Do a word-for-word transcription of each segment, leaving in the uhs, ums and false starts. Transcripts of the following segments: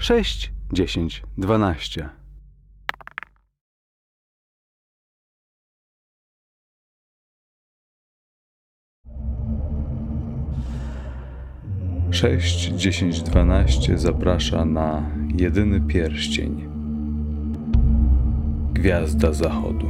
sześć, dziesięć, dwanaście. sześć, dziesięć, dwanaście zaprasza na jedyny pierścień. Gwiazda Zachodu.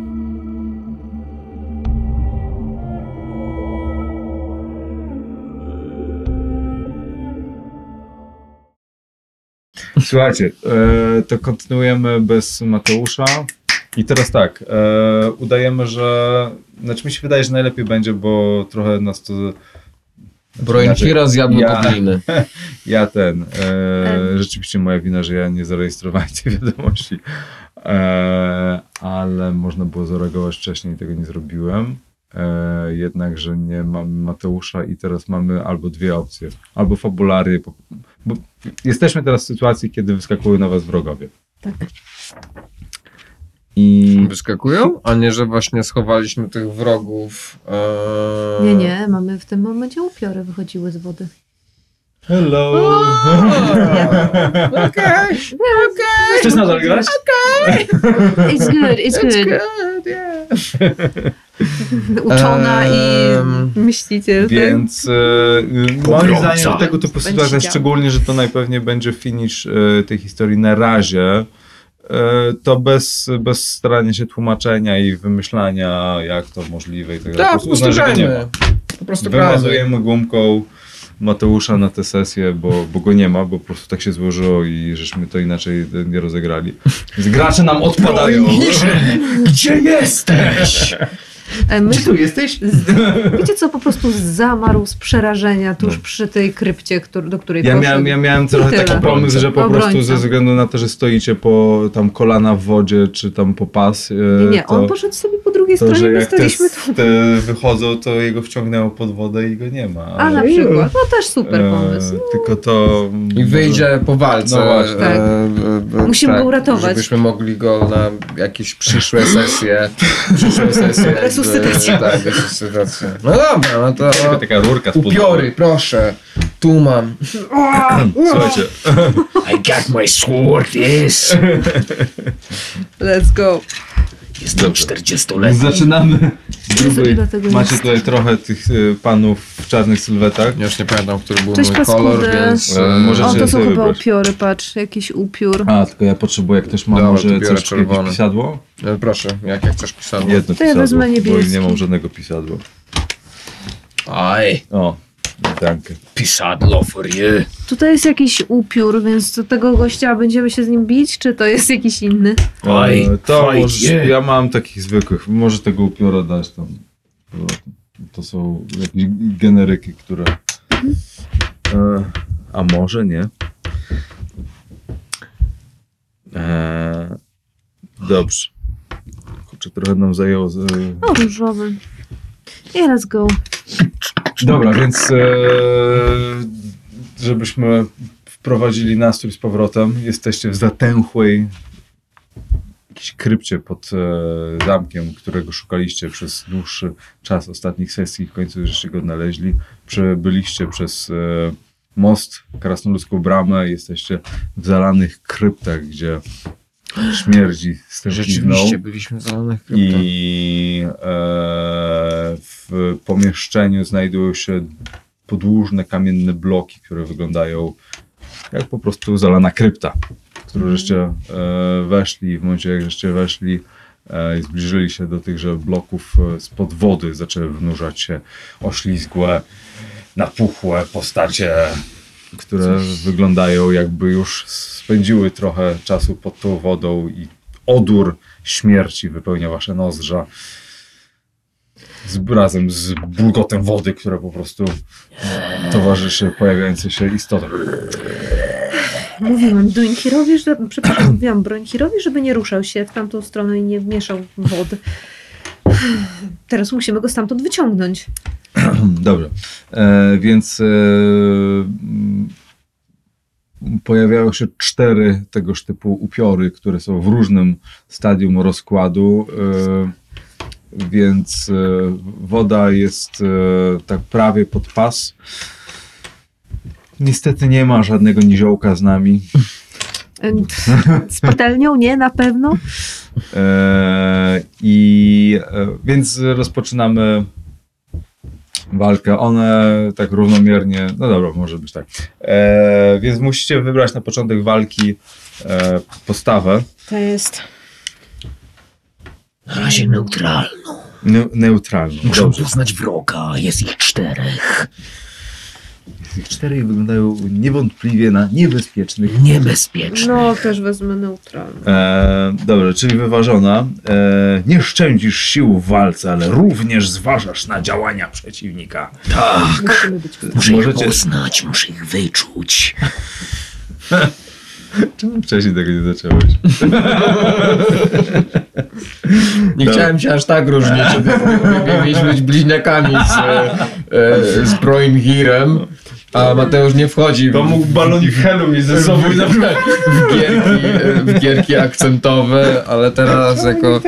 Słuchajcie, e, to kontynuujemy bez Mateusza. I teraz tak, e, udajemy, że... Znaczy mi się wydaje, że najlepiej będzie, bo trochę nas to... Brońkira zjadły ja, kotliny. Ja ten... E, rzeczywiście moja wina, że ja nie zarejestrowałem tej wiadomości. E, ale można było zareagować wcześniej, tego nie zrobiłem. E, jednakże nie mam Mateusza i teraz mamy albo dwie opcje. Albo fabulary, bo, bo jesteśmy teraz w sytuacji, kiedy wyskakują na was wrogowie. Tak. I... Wyskakują? A nie, że właśnie schowaliśmy tych wrogów. Ee... Nie, nie, mamy w tym momencie upiory wychodziły z wody. Hello! Okej, okej. Chcesz nadal grać? Okej! It's good, it's, It's good. good, yeah. Uczona Um, i myśliciel. Więc e, moim zdaniem w tego typu Będzie sytuacjach, działo. szczególnie, że to najpewniej będzie finish e, tej historii na razie, e, to bez, bez starania się tłumaczenia i wymyślania, jak to możliwe i tak dalej. Tak, Po po prostu prostu uzna, że go nie ma. grajmy. Po prostu grajmy. Wymazujemy gumką Mateusza na tę sesję, bo, bo go nie ma, bo po prostu tak się złożyło i żeśmy to inaczej nie rozegrali. Więc gracze nam odpadają. Gdzie jesteś? E, my, Gdzie tu jesteś? wiecie co, po prostu zamarł z przerażenia tuż No. przy tej krypcie, który, do której Ja poszedł. miałem, ja miałem trochę tyle. taki pomysł, że po Obrońca. prostu ze względu na to, że stoicie po tam kolana w wodzie, czy tam po pas, e, Nie, nie, to, on poszedł sobie po drugiej to, stronie, że my jak te, staliśmy tu. te wychodzą, to jego wciągnęło pod wodę i go nie ma. A na przykład, no też super pomysł. E, tylko to... I wyjdzie po walce. No właśnie. Tak. e, e, Musimy tak, go uratować. Żebyśmy mogli go na jakieś przyszłe sesje. Przyszłe sesje. Resuscytacja. Tak, resuscytacja. No dobra, no to. Taka, taka rurka z pod Upiory, wody. proszę. Tu mam. Słuchajcie, I got my sword, yes. Let's go. Jestem czterdziestoletni. zaczynamy z drugiej. Dlatego Macie jest. tutaj trochę tych e, panów w czarnych sylwetach. Ja już nie pamiętam, który był Cześć, mój kolor, paskudy. więc. E, e, może- O, Możecie to są sobie chyba wybrać. upiory, patrz, jakiś upiór. A, tylko ja potrzebuję, jak ktoś ma Dobra, może to biorę coś, jakieś czerwony. pisadło? e, Proszę, jakie chcesz pisadło? Jedno To ja pisadło, wezmę bo niebieski. nie mam żadnego pisadła. Aj, O, dankę. pisadlo for you. Tutaj jest jakiś upiór, więc do tego gościa będziemy się z nim bić, czy to jest jakiś inny? Oj, E, to fajnie. może, ja mam takich zwykłych, może tego upiora dać tam. Bo to są jakieś generyki, które... E, a może nie? E, dobrze. Kurczę, trochę nam zajęło... Z, O, różowy. I let's go. Dobra, więc e, żebyśmy wprowadzili nastrój z powrotem, jesteście w zatęchłej jakiejś krypcie pod e, zamkiem, którego szukaliście przez dłuższy czas ostatnich sesji, w końcu żeście go odnaleźli. Przebyliście przez e, most, krasnoludzką bramę, jesteście w zalanych kryptach, gdzie śmierdzi stęchizną. Rzeczywiście byliśmy w zalanych kryptach. I e, w pomieszczeniu znajdują się podłużne kamienne bloki, które wyglądają jak po prostu zalana krypta, w którą żeście e, weszli. W momencie jak żeście weszli e, i zbliżyli się do tychże bloków, e, spod wody zaczęły wnurzać się oślizgłe, napuchłe postacie, które wyglądają jakby już spędziły trochę czasu pod tą wodą i odór śmierci wypełnia wasze nozdrza. Z, razem z bulgotem wody, które po prostu towarzyszy pojawiającej się istotom. Mówiłam Duinkirowi, że... Przepraszam, mówiłam Brońkirowi, żeby nie ruszał się w tamtą stronę i nie mieszał wody. Teraz musimy go stamtąd wyciągnąć. Dobrze, e, więc e, m, pojawiają się cztery tegoż typu upiory, które są w różnym stadium rozkładu, e, więc e, woda jest e, tak prawie pod pas. Niestety nie ma żadnego niziołka z nami. Z patelnią? Nie, na pewno. E, I e, więc rozpoczynamy walkę. One tak równomiernie, no dobra, może być tak. E, więc musicie wybrać na początek walki e, postawę To jest... Na razie neutralną. ne, neutralną. Muszą Dobrze. poznać wroga, jest ich czterech. Tych cztery wyglądają niewątpliwie na niebezpiecznych. Niebezpieczne. No, też wezmę neutralną. E, dobra, czyli wyważona. E, nie szczędzisz sił w walce, ale również zważasz na działania przeciwnika. Tak. Musimy być Muszę Możecie- ich poznać, muszę ich wyczuć. Czemu wcześniej tego nie zacząłeś? Nie Dobra. chciałem się aż tak różnić. Mieliśmy być bliźniakami z, e, z Proimhirem, a Mateusz nie wchodzi w, To mógł balonik helu mieć ze sobą i na przykład... w, gierki, e, w gierki akcentowe, ale teraz jako...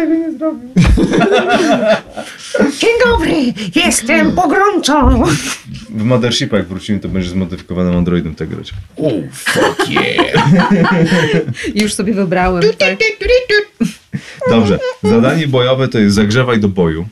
Dzień dobry, jestem pogrącą. W Mothership jak wrócimy, to będziesz zmodyfikowanym androidem tak grać. Oh, fuck yeah. Już sobie wybrałem, tak. Dobrze, zadanie bojowe to jest zagrzewaj do boju.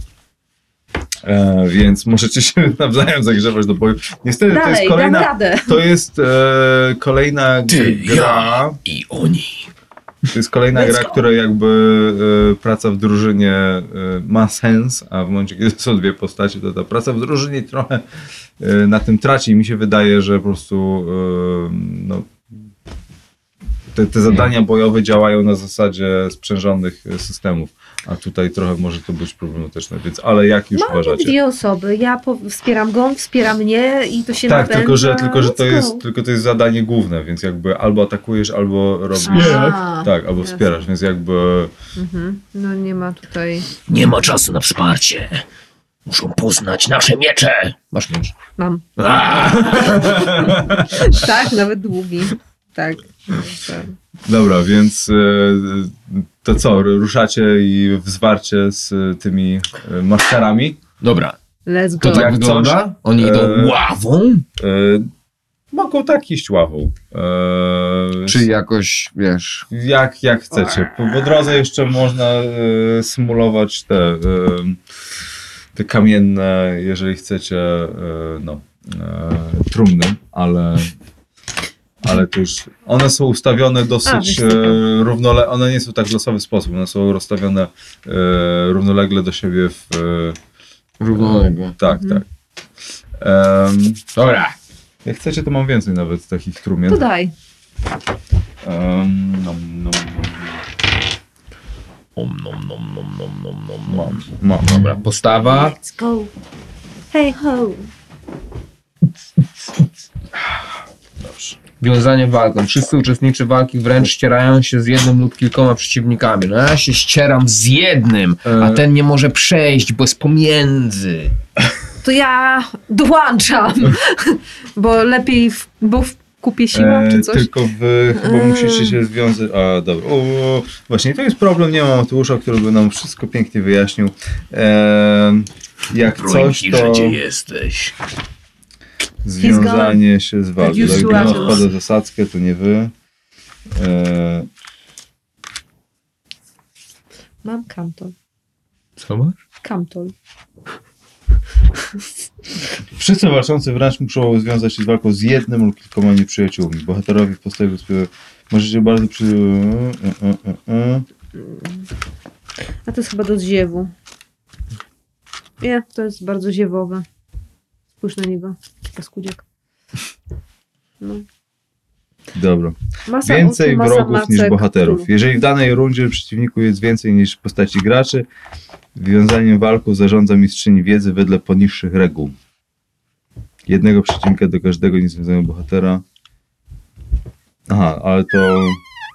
E, więc możecie się nawzajem zagrzewać do boju. Niestety to Dalej, jest dam kolejna, radę. to jest e, kolejna Ty, gra. ja i oni. To jest kolejna Let's gra, go. która jakby e, praca w drużynie e, ma sens, a w momencie, kiedy są dwie postacie, to ta praca w drużynie trochę e, na tym traci. I mi się wydaje, że po prostu e, no, te, te zadania bojowe działają na zasadzie sprzężonych e, systemów, a tutaj trochę może to być problematyczne, więc ale jak już Mamy uważacie? dwie osoby. Ja po, wspieram go, on wspiera mnie i to się Tak, napędza. tylko że, tylko że to Let's jest go. tylko to jest zadanie główne, więc jakby albo atakujesz, albo robisz. A, Tak, albo jasne. wspierasz, więc jakby Mhm. No nie ma tutaj... Nie ma czasu na wsparcie. Muszą poznać nasze miecze. Masz mieć. Mam. Tak, nawet długi. Tak. dobra, więc e, to co, ruszacie i w zwarcie z tymi e, masterami? Dobra, Let's to go. tak Jak wygląda? Oni idą E, Ławą? E, mogą tak iść ławą. E, czy jakoś, wiesz... jak, jak chcecie. Po, po drodze jeszcze można e, symulować te, e, te kamienne, jeżeli chcecie, e, no, e, trumny, ale, ale to już, one są ustawione A, dosyć wiesz, e, równole, one nie są tak w losowy sposób, one są rozstawione e, równolegle do siebie w... E, Równolegle. tak, Mhm. tak. Em, Dobra. jak chcecie, to mam więcej nawet takich trumien. To daj. Um, nom, nom, Om, nom, nom, nom, nom, nom, nom, nom. mam, mam. Dobra, postawa. Let's go. Hey ho. Dobrze. Wiązanie walką. Wszyscy uczestnicy walki wręcz ścierają się z jednym lub kilkoma przeciwnikami. No ja się ścieram z jednym, a E. ten nie może przejść, bo jest pomiędzy. To ja dołączam. Bo lepiej, w, bo w kupie siła E, czy coś. tylko wy chyba E. musicie się związać. A, dobra. O, właśnie, to jest problem. Nie mam Mateusza, który by nam wszystko pięknie wyjaśnił. E, jak coś, Brońki, to że gdzie jesteś. związanie się z walką. Use Jak weapons. no, wpada zasadzkę, to nie wy. E, Mam kamtol. Co masz? Kamtol. wszyscy walczący wręcz muszą związać się z walką z jednym lub kilkoma nieprzyjaciółmi. Bohaterowi w postaci możecie bardzo przy... E, e, e, e. A to jest chyba do ziewu. Nie, to jest bardzo ziewowe. Spójrz na niego. Paskudziek. No. Dobra. Masa Więcej oczu, masa wrogów niż macek, bohaterów. królów. Jeżeli w danej rundzie w przeciwniku jest więcej niż postaci graczy, wiązaniem walką zarządza mistrzyni wiedzy wedle poniższych reguł. Jednego przeciwnika do każdego niezwiązanego bohatera. Aha, ale to...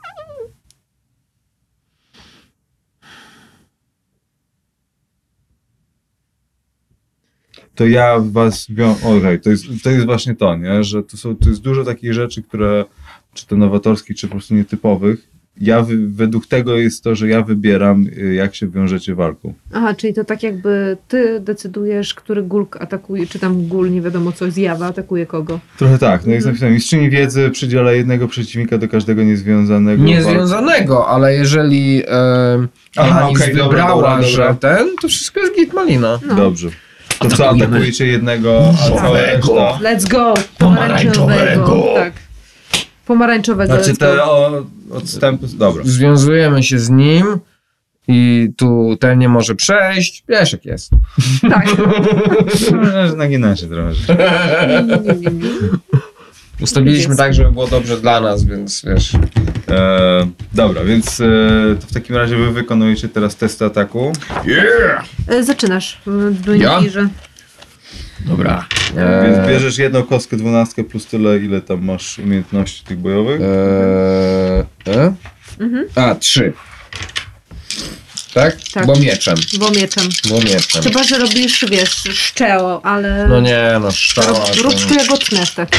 To ja was wiążę... Okej, to, jest, to jest właśnie to, nie? Że to, są, to jest dużo takich rzeczy, które czy to nowatorskich, czy po prostu nietypowych, ja wy, według tego jest to, że ja wybieram, y, jak się wiążecie walką. Aha, czyli to tak jakby ty decydujesz, który gul atakuje, czy tam gul, nie wiadomo co, zjawa, atakuje kogo. Trochę tak, no jest Mhm. napisane, mistrzyni wiedzy przydziela jednego przeciwnika do każdego niezwiązanego. Niezwiązanego, ale jeżeli e, Aha, Alice okej, dobra, wybrała, dobra, dobra. że ten, to wszystko jest git malina. No. Dobrze. To co, Atakujemy. atakujecie jednego, a całe reszta? Let's go! Pomarańczowego. Tak. Pomarańczowego, Znaczy let's te go. o, odstępy, dobra. Związujemy się z nim i tu ten nie może przejść. Wiesz jak jest. Tak. No, Nagina się trochę. Nie, nie, nie, nie. Ustawiliśmy Jest. tak, żeby było dobrze dla nas, więc wiesz. E, dobra, więc e, to w takim razie wy wykonujecie teraz test ataku. E, Zaczynasz. W Ja? Dwindhirze. Dobra. Więc E, bierzesz jedną kostkę dwunastkę plus tyle, ile tam masz umiejętności tych bojowych. e, e? Mhm. A, trzy. Tak? Tak. Bo mieczem. Bo mieczem. Bo mieczem. Chyba, że robisz, wiesz, szczeło, ale... No nie, no szczała. Rób tu jak otnesz tak.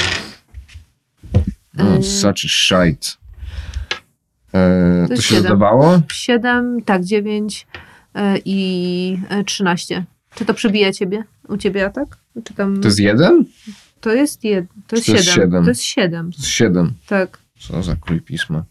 No, such a shite. E, To to jest się siedem. dodawało? siedem, tak, dziewięć e, i e, trzynaście. Czy to przebija ciebie? U ciebie atak? Czy tam... To jest jeden? To jest jed... To jest to jest siedem. siedem? To jest siedem, To jest siedem. tak. Co za krój pisma.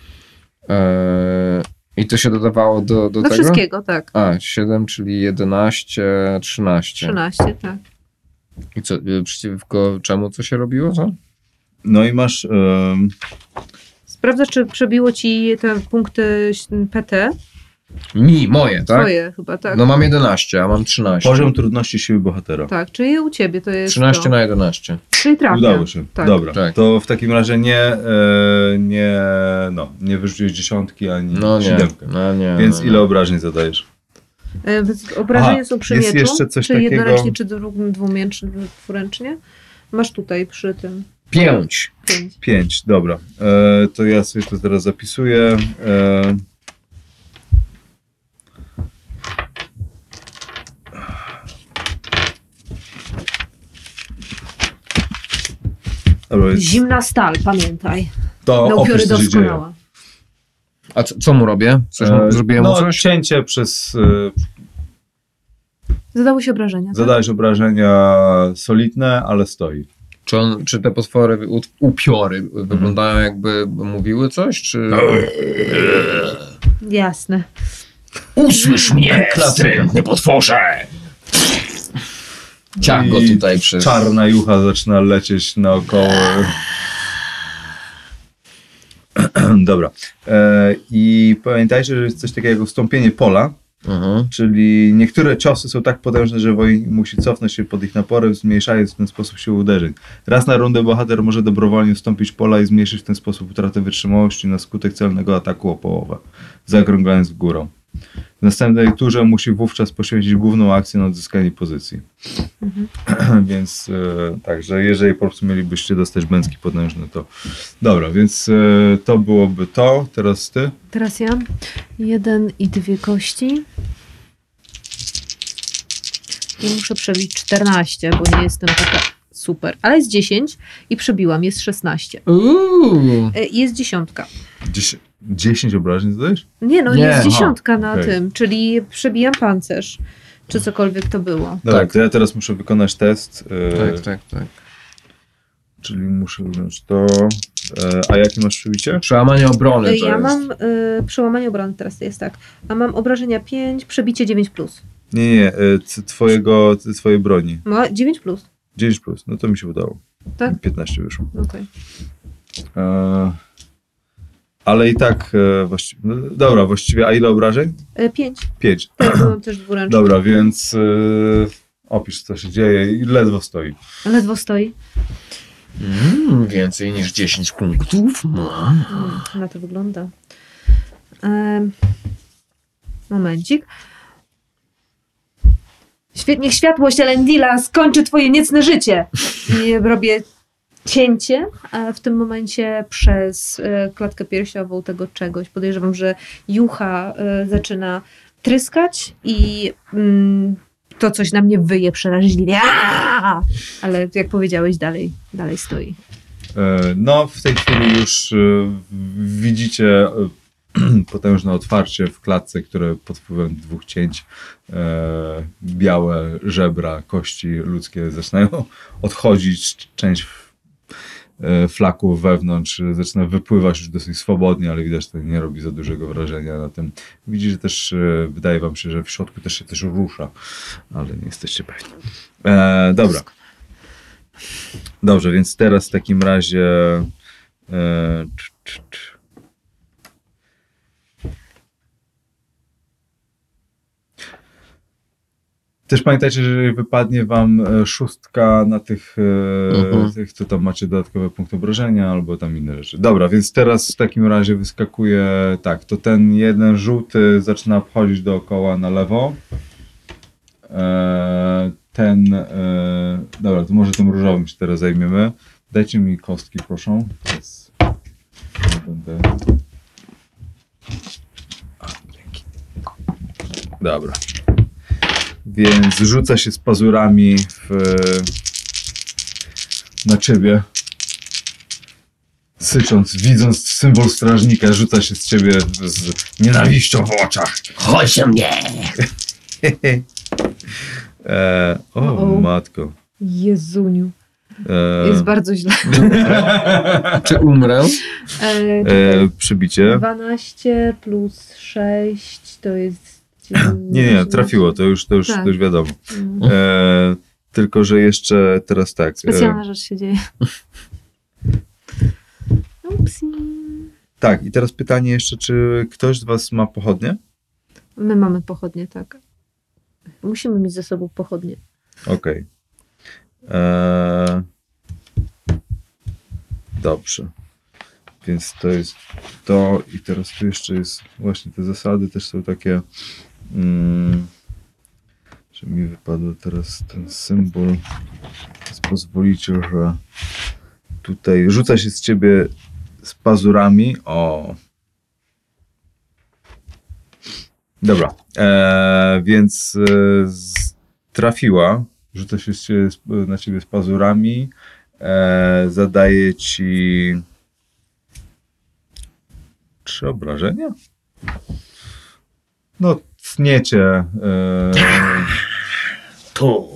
E, I to się dodawało do, do Do tego? wszystkiego, tak. A, siedem, czyli jedenaście, trzynaście. trzynaście, tak. I co, y, przeciwko czemu co się robiło, co? No i masz... em, Sprawdzasz, czy przebiło ci te punkty P T? Mi, moje, tak? Twoje chyba, tak. No mam jedenaście, a mam trzynaście. poziom trudności siły bohatera. Tak, czyli u ciebie to jest trzynaście to. na jedenaście. Czyli trafia. Udało się. Tak. Dobra. Tak. To w takim razie nie, e, nie, no, nie wyrzuciłeś dziesiątki ani No nie, siódemkę. no nie. Więc no, ile obrażeń zadajesz? E, więc Obrażenia Aha, są przy jest mieczu, jeszcze coś czy takiego- jednoręcznie, czy dwu- dwuręcznie, dwuręcznie. Masz tutaj przy tym Pięć. pięć. Pięć, dobra. E, to ja sobie to teraz zapisuję. E, dobra, więc Zimna stal, pamiętaj. to Na opisz, upiory co się dzieje. doskonała. A co, co mu robię? Coś, E, zrobiłem no, mu coś? cięcie przez... E, Zadały się obrażenia. tak? zadałeś obrażenia solidne, ale stoi. Czy, on, czy te potwory, u- upiory Mhm. wyglądają jakby mówiły coś, czy... No. Jasne. Usłysz mnie, wstrętny potworze! Ciach go I tutaj przez... Czarna jucha zaczyna lecieć naokoło. Dobra. E, I pamiętajcie, że jest coś takiego jak ustąpienie pola, Mhm. czyli niektóre ciosy są tak potężne, że wojownik musi cofnąć się pod ich naporem, zmniejszając w ten sposób siłę uderzeń. Raz na rundę bohater może dobrowolnie ustąpić pola i zmniejszyć w ten sposób utratę wytrzymałości na skutek celnego ataku o połowę, zaokrąglając w górę. W następnej turze musi wówczas poświęcić główną akcję na odzyskanie pozycji. Więc e, także jeżeli po prostu mielibyście dostać bęcki potężny, to dobra, więc e, to byłoby to. Teraz ty. Teraz ja. Jeden i dwie kości. I muszę przebić czternaście, bo nie jestem taka super. Ale jest dziesięć i przebiłam, jest szesnaście. Uuu. E, Jest dziesiątka. Dziesię- dziesięć obrażeń zadajesz? Nie, no Nie, jest aha, dziesiątka na okej. tym, czyli przebijam pancerz. Czy cokolwiek to było. Dobra, Tak. to ja teraz muszę wykonać test. E, Tak, tak, tak. Czyli muszę wziąć to. E, a jakie masz przebicie? Przełamanie obrony E, to Ja jest. mam y, przełamanie obrony, teraz to jest tak. A mam obrażenia pięć, przebicie dziewięć plus. Nie, nie, e, c- twojego, c- twojej broni. Ma dziewięć plus. dziewięć plus, no to mi się udało. Tak? piętnaście wyszło. Okej. E, ale i tak, e, właściwie, no, dobra, właściwie, a ile obrażeń? E, pięć. pięć. Tak, bo mam też dwuręczny. Dobra, więc e, opisz, co się dzieje i ledwo stoi. Ledwo stoi. Mm, więcej niż dziesięć punktów. No. Mm, na to wygląda. Em, momencik. Świet, niech światłość Elendila skończy twoje niecne życie. I robię cięcie, a w tym momencie przez e, klatkę piersiową tego czegoś. Podejrzewam, że jucha e, zaczyna tryskać i mm, to coś na mnie wyje przeraźliwie. Aaaa! Ale jak powiedziałeś, dalej, dalej stoi. E, no, w tej chwili już e, widzicie e, potężne otwarcie w klatce, które pod wpływem dwóch cięć, e, białe żebra, kości ludzkie zaczynają odchodzić, część e, flaków wewnątrz zaczyna wypływać już dosyć swobodnie, ale widać, że to nie robi za dużego wrażenia na tym. Widzicie też, e, wydaje wam się, że w środku też się też rusza, ale nie jesteście pewni. E, dobra. Dobrze, więc teraz w takim razie e, cz, cz, cz. Też pamiętajcie, że jeżeli wypadnie wam e, szóstka na tych, e, Mhm. tych, to tam macie dodatkowe punkty obrażenia albo tam inne rzeczy. Dobra, więc teraz w takim razie wyskakuje tak, to ten jeden żółty zaczyna wchodzić dookoła na lewo. E, ten, e, dobra, to może tym różowym się teraz zajmiemy. Dajcie mi kostki, proszę. Teraz ja będę... A, dzięki. Dobra. Więc rzuca się z pazurami w, na ciebie. Sycząc, widząc symbol strażnika, rzuca się z ciebie z nienawiścią w oczach. Chodź do mnie! E, o, O. matko. Jezuniu. E, Jest bardzo źle. Czy umrę? E, e, przybicie. dwanaście plus sześć to jest... Nie, nie, trafiło, to już, to już, Tak. to już wiadomo. Mm. E, tylko, że jeszcze teraz tak. Specjalna E, rzecz się dzieje. Upsi. tak, i teraz pytanie jeszcze, czy ktoś z was ma pochodnie? My mamy pochodnie, tak. Musimy mieć ze sobą pochodnie. Okej. Eee, Dobrze. Więc to jest to i teraz tu jeszcze jest właśnie te zasady też są takie, mm, że mi wypadł teraz ten symbol. Więc pozwolicie, że tutaj rzuca się z ciebie z pazurami. O. Dobra. Eee, więc e, z, trafiła. Rzuca się z ciebie, z- na ciebie z pazurami. Eee, zadaje ci trzy obrażenia? No, tniecie. Eee, Tu.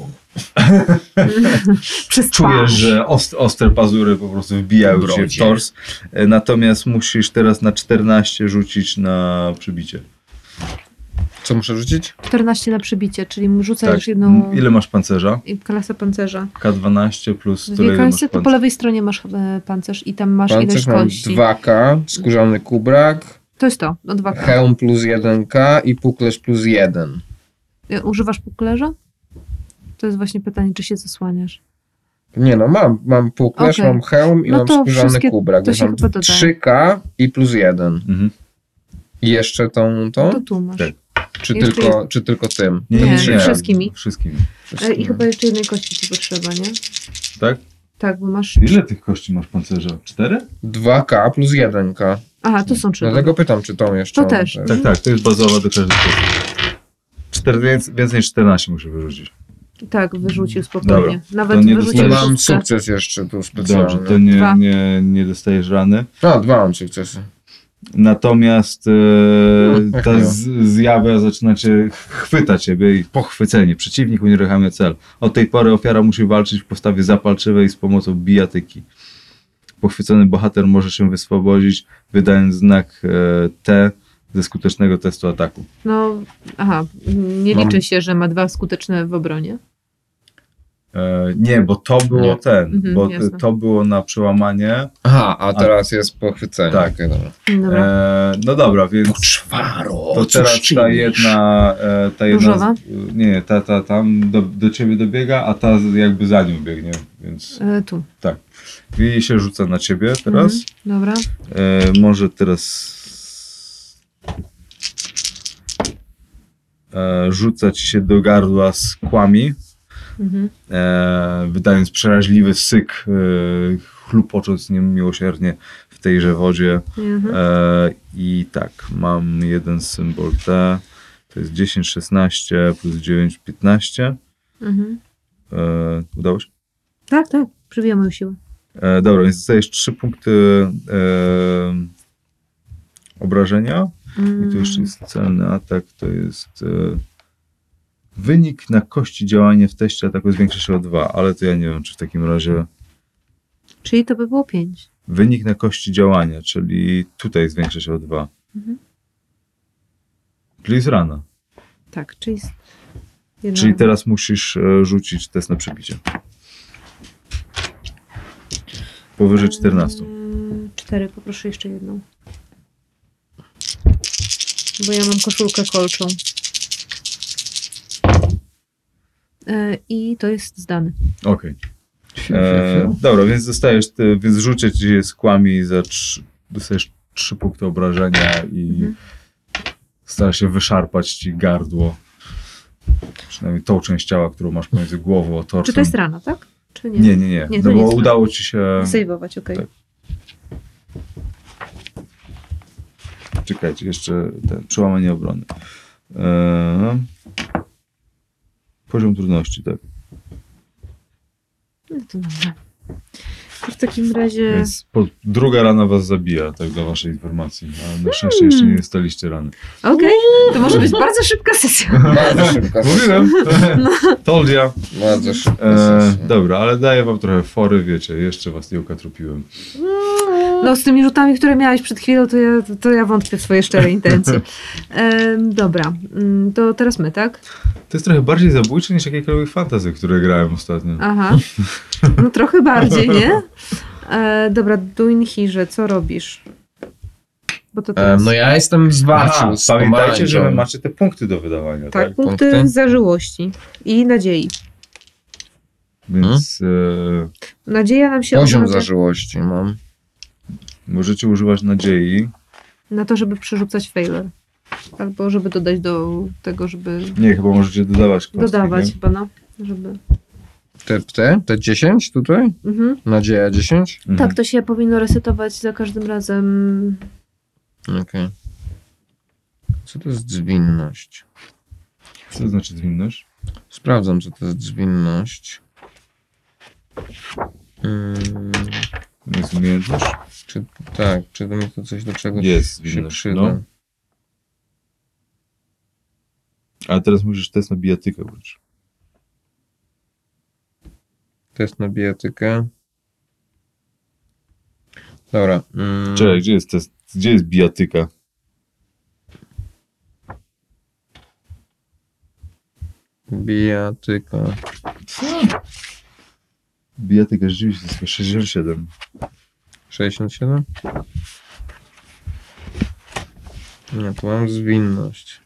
Przez czujesz, twarz. że ost, ostre pazury po prostu wbijają ci się w Brodzie. tors. E, natomiast musisz teraz na czternaście rzucić na przybicie. Co muszę rzucić? czternaście na przybicie, czyli rzucasz Tak. jedną Ile masz pancerza? i klasę pancerza. K dwanaście plus tyle, Dwie ile masz klasy, to po pancerza. lewej stronie masz e, pancerz i tam masz Pancerz ilość mam kości. dwa K, skórzany kubrak, To jest to, no dwa K. hełm plus jeden K i puklerz plus jeden. E, Używasz puklerza? To jest właśnie pytanie, czy się zasłaniasz. Nie no, mam, mam puklerz, Okej. mam hełm i No mam to skórzany wszystkie- kubrak, to więc się mam chyba dodaje. trzy K i plus jeden. Mhm. I jeszcze tą, tą? To tu masz. Tak. Czy, jeszcze tylko, czy tylko tym? Nie, wszystkimi. Wszystkimi. E, I chyba jeszcze jednej kości ci potrzeba, nie? Tak? Tak, bo masz... Ile tych kości masz pancerza? Cztery? dwa K plus jeden K. Aha, to są trzy. Dlatego pytam, czy tą jeszcze. To też. Tak, tak, to jest bazowa do każdej kości. Cztery, więcej, więcej niż czternaście muszę wyrzucić. Tak, wyrzucił spokojnie. Dobra, Nawet to nie I wyrzucił dostajesz- mam szóstkę. sukces jeszcze tu specjalny. Dobrze, to nie, Dwa. nie, nie dostajesz rany. A, dwa mam sukcesy. Natomiast e, No, ta jak z, zjawa zaczyna cię, chwyta ciebie i pochwycenie. Przeciwnik unieruchamia cel. Od tej pory ofiara musi walczyć w postawie zapalczywej z pomocą bijatyki. Pochwycony bohater może się wyswobodzić, wydając znak e, T ze skutecznego testu ataku. No, aha, nie Mam- liczy się, że ma dwa skuteczne w obronie. E, nie, bo to było Nie. ten, Mhm, bo jasne. to było na przełamanie. Aha, a teraz jest pochwycenie. Tak. Okej, dobra. Dobra. E, no dobra, więc Poczwaro, to cóż teraz ta czynisz? jedna, e, ta jedna Różowa? z- nie, nie, ta, ta tam do, do ciebie dobiega, a ta z- jakby za nią biegnie, więc E, tu. tak. I się rzuca na ciebie teraz. Mhm, dobra. E, może teraz e, rzuca ci się do gardła z kłami, Mhm. e, wydając przeraźliwy syk, e, chlupocząc niemiłosiernie w tejże wodzie. Mhm. E, I tak, mam jeden symbol T, to jest dziesięć, szesnaście plus dziewięć, piętnaście. Mhm. E, udało się? Tak, tak, przybijamy siłę. E, dobra, więc dostajesz trzy punkty e, obrażenia. I tu jeszcze jest celny atak, to jest e, wynik na kości działania w teście ataku zwiększa się o dwa, ale to ja nie wiem, czy w takim razie Czyli to by było pięć. wynik na kości działania, czyli tutaj zwiększa się o dwa. Mhm. Czyli jest rana. Tak, czyli... z- jedna- Czyli teraz musisz e, rzucić test na przebicie. Powyżej czternastu. Eee, Cztery, poproszę jeszcze jedną. Bo ja mam koszulkę kolczą. Eee, I to jest zdany. Okej. E, Dobra, więc dostajesz, ty, więc rzucę ci z kłami za trzy, dostajesz trzy punkty obrażenia i Mhm. stara się wyszarpać ci gardło. Przynajmniej tą część ciała, którą masz pomiędzy głową a torsem. Czy to jest rana, tak? Czy nie? Nie, nie, nie. Nie, to no nie bo jest udało ci się... Sejwować, okej. Tak. Czekajcie, jeszcze ten, przełamanie obrony. E, poziom trudności, tak. No to dobra. To w takim razie... Więc po, druga rana was zabija, tak dla waszej informacji. A na szczęście jeszcze nie dostaliście rany. Okej, to może być bardzo szybka sesja. Bardzo szybka Mówiłem! Told ya. Bardzo szybka E, sesja. dobra, ale daję wam trochę fory, wiecie, jeszcze was nie ukatrupiłem. No z tymi rzutami, które miałeś przed chwilą, to ja, to ja wątpię w swoje szczere intencje. Em, dobra, mm, to teraz my, tak? To jest trochę bardziej zabójcze niż jakiekolwiek fantasy, które grałem ostatnio. Aha. No trochę bardziej, nie? E, dobra, Duinhirze, co robisz? Bo to E, teraz... no ja jestem zwarciu Aha, z pamiętajcie, że wy pomarańczą. macie te punkty do wydawania, tak? tak, punkty, punkty? zażyłości i nadziei. Więc e, Nadzieja nam się Poziom obraca zażyłości mam. możecie używać nadziei. na to, żeby przerzucać failure. Albo żeby dodać do tego, żeby Nie, chyba możecie dodawać kostki, dodawać nie? chyba, no. Żeby... Te, te, te dziesięć tutaj? Mhm. Nadzieja dziesięć? Mhm. Tak, to się powinno resetować za każdym razem. Okej. Co to jest zwinność? Co to znaczy zwinność? Sprawdzam, co to jest zwinność. Hmm, To jest umiejętność? czy, tak, czy to mi to coś do czegoś Jest się zwinność, przyda? no. Ale teraz musisz test na bijatykę wrócić. Test na bijatykę. Dobra. Mm, Czekaj, gdzie jest test? Gdzie jest bijatyka? bijatyka. Bijatyka rzeczywiście to jest sześćdziesiąt siedem. sześćdziesiąt siedem? Nie, tu mam zwinność.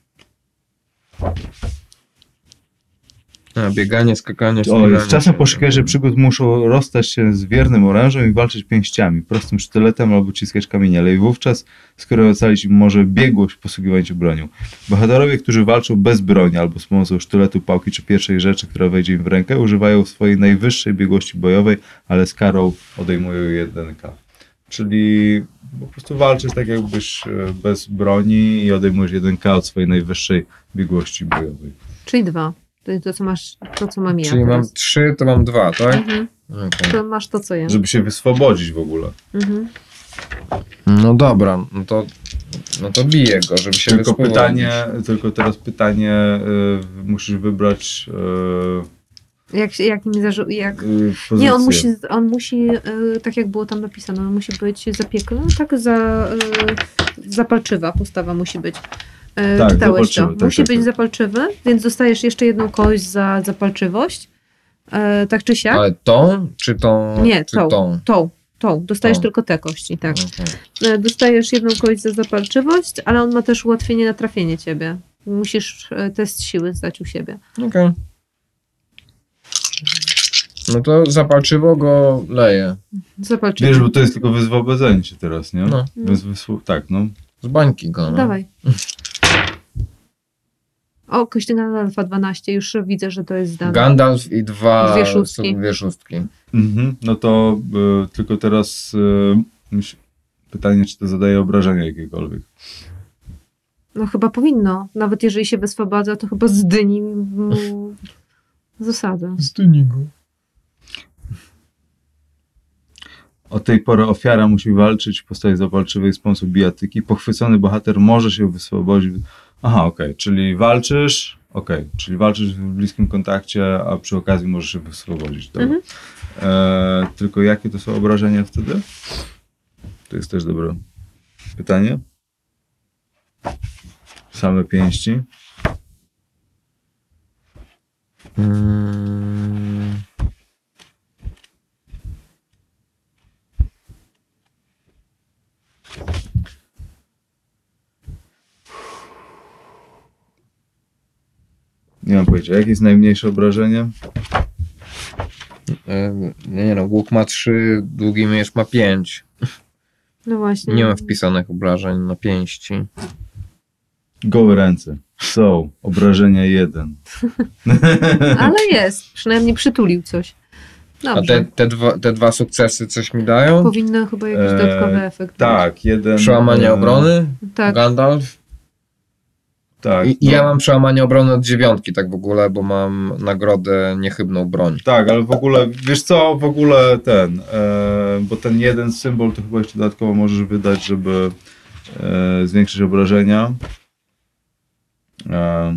A, bieganie, skakanie, O, wspinanie z czasem się. poszukiwacze przygód muszą rozstać się z wiernym orężem i walczyć pięściami, prostym sztyletem albo ciskać kamienie, ale i wówczas, skoro ocalić im może biegłość w posługiwaniu się bronią. Bohaterowie, którzy walczą bez broni albo z pomocą sztyletu, pałki czy pierwszej rzeczy, która wejdzie im w rękę, używają swojej najwyższej biegłości bojowej, ale z karą odejmują jeden K. Czyli po prostu walczysz tak jakbyś e, bez broni i odejmujesz jeden K od swojej najwyższej biegłości bojowej. Czyli dwa. To jest to, co masz, to, co mam ja. Czyli mam teraz. trzy, to mam dwa, tak? Mhm. Okej. To masz to, co ja. Żeby się wyswobodzić w ogóle. Mhm. No dobra, no to, no to biję go, żeby się Tylko wyspowodzić. pytanie, tylko teraz pytanie, y, musisz wybrać y, Jak, się- jak, mi zażu- jak... y, pozycję. Nie, on musi, on musi y, tak jak było tam napisane, on musi być zapiekły, no, tak za, y, zapalczywa postawa musi być. Y, Tak, czytałeś to. zapalczywy, tak, musi tak, być tak. zapalczywy, więc dostajesz jeszcze jedną kość za zapalczywość. Y, tak czy siak? Ale tą, czy tą? Nie, czy tą. tą? Tą, tą. Dostajesz Tą. tylko te kości, tak. Okej. Y, Dostajesz jedną kość za zapalczywość, ale on ma też ułatwienie na trafienie ciebie. Musisz y, test siły zdać u siebie. Okej. No to zapalczywo go leję. Zapalczywy. Wiesz, bo to jest tylko wyzwobadzenie się teraz, nie? No. Bez wysło... Tak, no. Z bańki go, no. Dawaj. O, kościna alfa dwanaście, już widzę, że to jest zdane. Gandalf i dwa... Dwie szóstki. są Dwie szóstki. Mhm. No to y, tylko teraz y, myśl... pytanie, czy to zadaje obrażenia jakiekolwiek. No chyba powinno. Nawet jeżeli się wyswobadza, to chyba z dyni mu zasadzę. Zdyni go. Od tej pory ofiara musi walczyć w postaci zapalczywej w sposób bijatyki. Pochwycony bohater może się wyswobodzić. Aha, okej, okay. Czyli walczysz, okej, okay. Czyli walczysz w bliskim kontakcie, a przy okazji możesz się wyswobodzić. Dobra. Mhm. E, tylko jakie to są obrażenia wtedy? To jest też dobre pytanie. Same pięści. Hmm. Nie mam pojęcia. Jakie jest najmniejsze obrażenie? Nie, nie no, łuk ma trzy, długi miecz ma pięć. No właśnie. Nie ma wpisanych obrażeń na pięści. Gołe ręce. Są. Obrażenia jeden. Ale jest. Przynajmniej przytulił coś. Dobrze. A te, te, dwa, te dwa sukcesy coś mi dają? Powinno chyba jakiś Eee, dodatkowy efekt. Tak, jeden. Przełamanie e, obrony? Tak. Gandalf? Tak. I, no. Ja mam przełamanie obrony od dziewiątki, tak w ogóle, bo mam nagrodę niechybną broń. Tak, ale w ogóle, wiesz co, w ogóle ten, e, bo ten jeden symbol to chyba jeszcze dodatkowo możesz wydać, żeby e, zwiększyć obrażenia. E,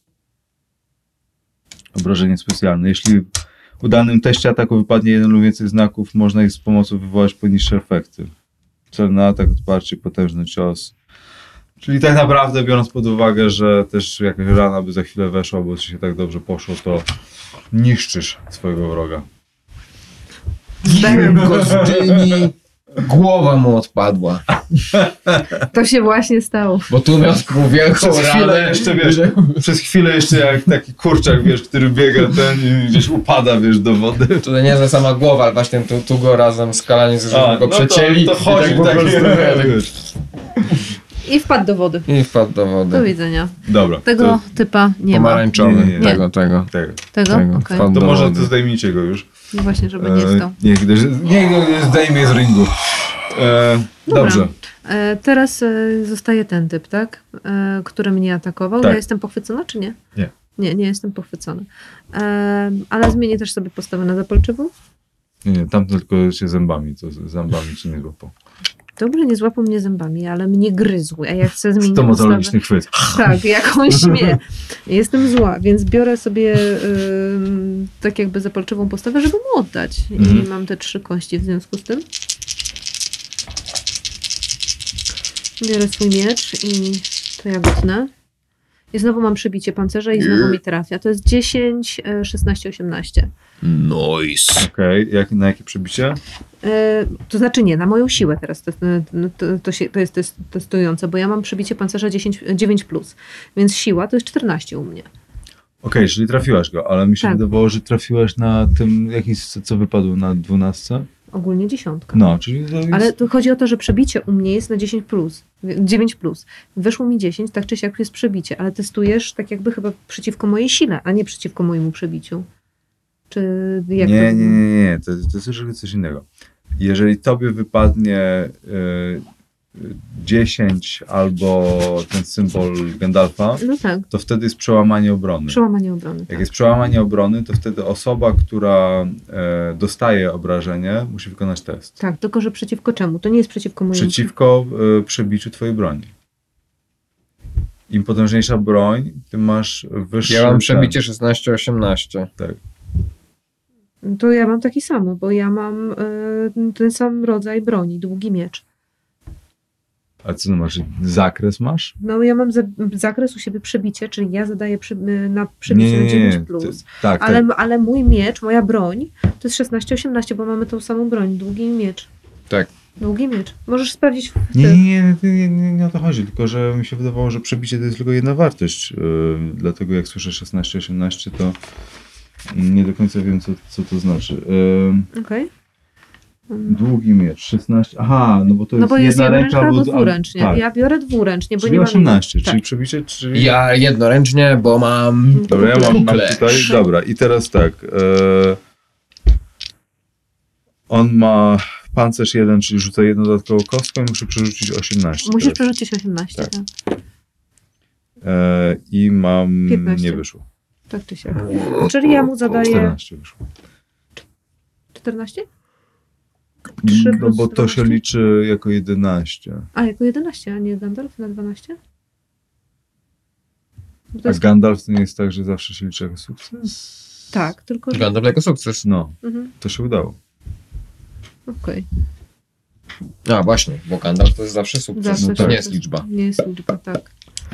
obrażenie specjalne. Jeśli w danym teście ataku wypadnie jeden lub więcej znaków, można ich z pomocą wywołać poniższe efekty. Celny atak, odparcie, potężny cios. Czyli tak naprawdę, biorąc pod uwagę, że też jakaś rana by za chwilę weszła, bo ci się tak dobrze poszło, to niszczysz swojego wroga. Biłem go z dyni, głowa mu odpadła. To się właśnie stało. Bo tu miał taką wielką Przez chwilę ranę. jeszcze, wiesz, przez chwilę jeszcze jak taki kurczak, wiesz, który biega ten i gdzieś upada, wiesz, do wody. Tutaj nie, że sama głowa, ale właśnie tu, tu go razem z Kalani, żeby A, go no to- przecięli. to chodzi i tak po taki- prostu, wiesz. I wpadł do wody. I wpadł do Do wody. widzenia. Dobra, Tego to, typa nie ma. Pomarańczowy, Nie, nie, nie. tego, tego. tego. Tego? tego. Okej. Wpadł To do może wody. to zdejmijcie go już. No właśnie, żeby nie E, stał. niech, niech go zdejmie z ringu. E, Dobra. dobrze. E, teraz e, zostaje ten typ, tak? E, który mnie atakował. Tak. Ja jestem pochwycona, czy nie? Nie. Nie, nie jestem pochwycona. E, ale zmienię też sobie postawę na zapalczywą. Nie, nie, tam tylko się zębami, to z zębami ci nie złapał. Dobrze, nie złapał mnie zębami, ale mnie gryzł. A ja chcę zmienić postawę. Stomatologiczny chwyt. Tak, jakąś śmie. Jestem zła, więc biorę sobie ym, tak jakby zapalczywą postawę, żeby mu oddać. I Mhm. mam te trzy kości w związku z tym. Biorę swój miecz i to ja go tnę. I znowu mam przebicie pancerza i znowu mi trafia. To jest dziesięć, szesnaście, osiemnaście. Nice. Okej, jak, na jakie przebicie? E, to znaczy nie, na moją siłę teraz to, to, to, się, to jest test, testujące, bo ja mam przebicie pancerza dziesięć, dziewięć plus, więc siła to jest czternaście u mnie. Okej, czyli trafiłaś go, ale mi się Tak. wydawało, że trafiłaś na tym, jakiś, co wypadł na dwunastce. Ogólnie dziesiątka. No, czyli to jest... Ale tu chodzi o to, że przebicie u mnie jest na dziesięć plus, dziewięć plus. Wyszło mi dziesięć, tak czy siak jest przebicie, ale testujesz tak jakby chyba przeciwko mojej sile, a nie przeciwko mojemu przebiciu. Czy jak nie, to... nie, nie, nie, to, to jest troszkę coś innego. Jeżeli tobie wypadnie y, dziesięć albo ten symbol Gandalfa, No tak, to wtedy jest przełamanie obrony. przełamanie obrony. Jak jest przełamanie obrony, to wtedy osoba, która e, dostaje obrażenie, musi wykonać test. Tak, tylko że przeciwko czemu? To nie jest przeciwko mojemu... Przeciwko e, przebiciu twojej broni. Im potężniejsza broń, tym masz wyższy... Ja mam ten. przebicie szesnaście osiemnaście. Tak. To ja mam taki samo, bo ja mam y, ten sam rodzaj broni, długi miecz. A co masz? Zakres masz? No ja mam za, zakres u siebie przebicie, czyli ja zadaję przy, y, na przebicie na dziewięć plus. Ty, tak, Ale, tak. ale mój miecz, moja broń to jest szesnaście osiemnaście, bo mamy tą samą broń, długi miecz. Tak. Długi miecz. Możesz sprawdzić w Nie, tym. nie, nie, nie, nie, nie o to chodzi, tylko że mi się wydawało, że przebicie to jest tylko jedna wartość. Yy, dlatego jak słyszę szesnaście osiemnaście, to nie do końca wiem, co, co to znaczy. Yy, Okej. Długi miecz, szesnaście. Aha, no bo to No jest bo jest jedna jednoręczna ręka albo albo dwuręcznie. Tak. Ja biorę dwuręcznie, bo Czyli nie mam... osiemnaście, Tak. czyli przebicie, czyli... Ja jednoręcznie, bo mam... Dobra, ja mam, mam Kukle. tutaj, dobra, i teraz tak. E, on ma pancerz jeden, czyli rzuca jedną dodatkową kostką i muszę przerzucić osiemnaście. Musisz teraz. przerzucić osiemnaście. Tak. Tak, E, I mam... piętnaście. nie wyszło. tak czy siak. Czyli ja mu zadaję czternaście wyszło. czternaście? trzy No plus bo to się dwanaście? liczy jako jedenaście. A, jako jedenaście, a nie Gandalf na dwanaście? Bo to A jest... Gandalf to nie jest tak, że zawsze się liczy jako sukces? Tak, tylko że... Gandalf jako sukces. No, Mhm. to się udało. Okej. A właśnie, bo Gandalf to jest zawsze sukces. Zawsze No to sukces. nie jest liczba. Nie jest liczba, tak.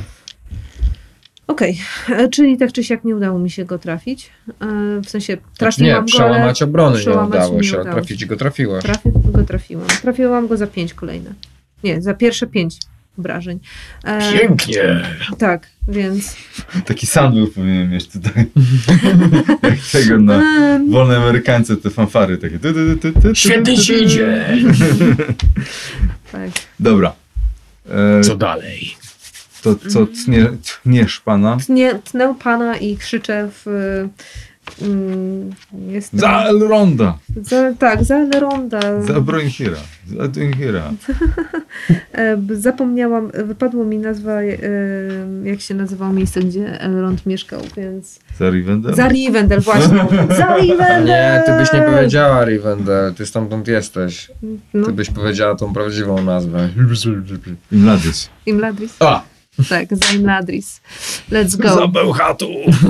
Okej, e, czyli tak czy siak nie udało mi się go trafić. E, w sensie trafiłam Nie, go, ale przełamać obrony nie przełamać udało nie się, ale udało trafić go trafiłaś. trafi, go trafiłam. Trafiłam go za pięć kolejne. Nie, za pierwsze pięć obrażeń. E, Pięknie. tak, więc... Taki sandwich powinien mieć tutaj. Jak tego na Em, wolnej Amerykance, te fanfary takie. Tu, tu, tu, tu, tu, Świetnie tu, tu, ci tu. idzie. tak. Dobra. E, Co dalej? to co tnie, tniesz pana? Tnie, tnę pana i krzyczę w... Mm, jestem, Za Elronda! za, tak, za Elronda. Za Broinhira! Za Dunhira! E, b- zapomniałam, wypadło mi nazwa, e, jak się nazywało miejsce, gdzie Elrond mieszkał, więc... Za Rivendell? Za Rivendell, właśnie. Za Rivendell! Nie, ty byś nie powiedziała Rivendell, ty stamtąd jesteś. No, Ty byś powiedziała tą prawdziwą nazwę. Imladis. Imladris. A! Tak, za Imladris. Let's go. Za Bełchatu.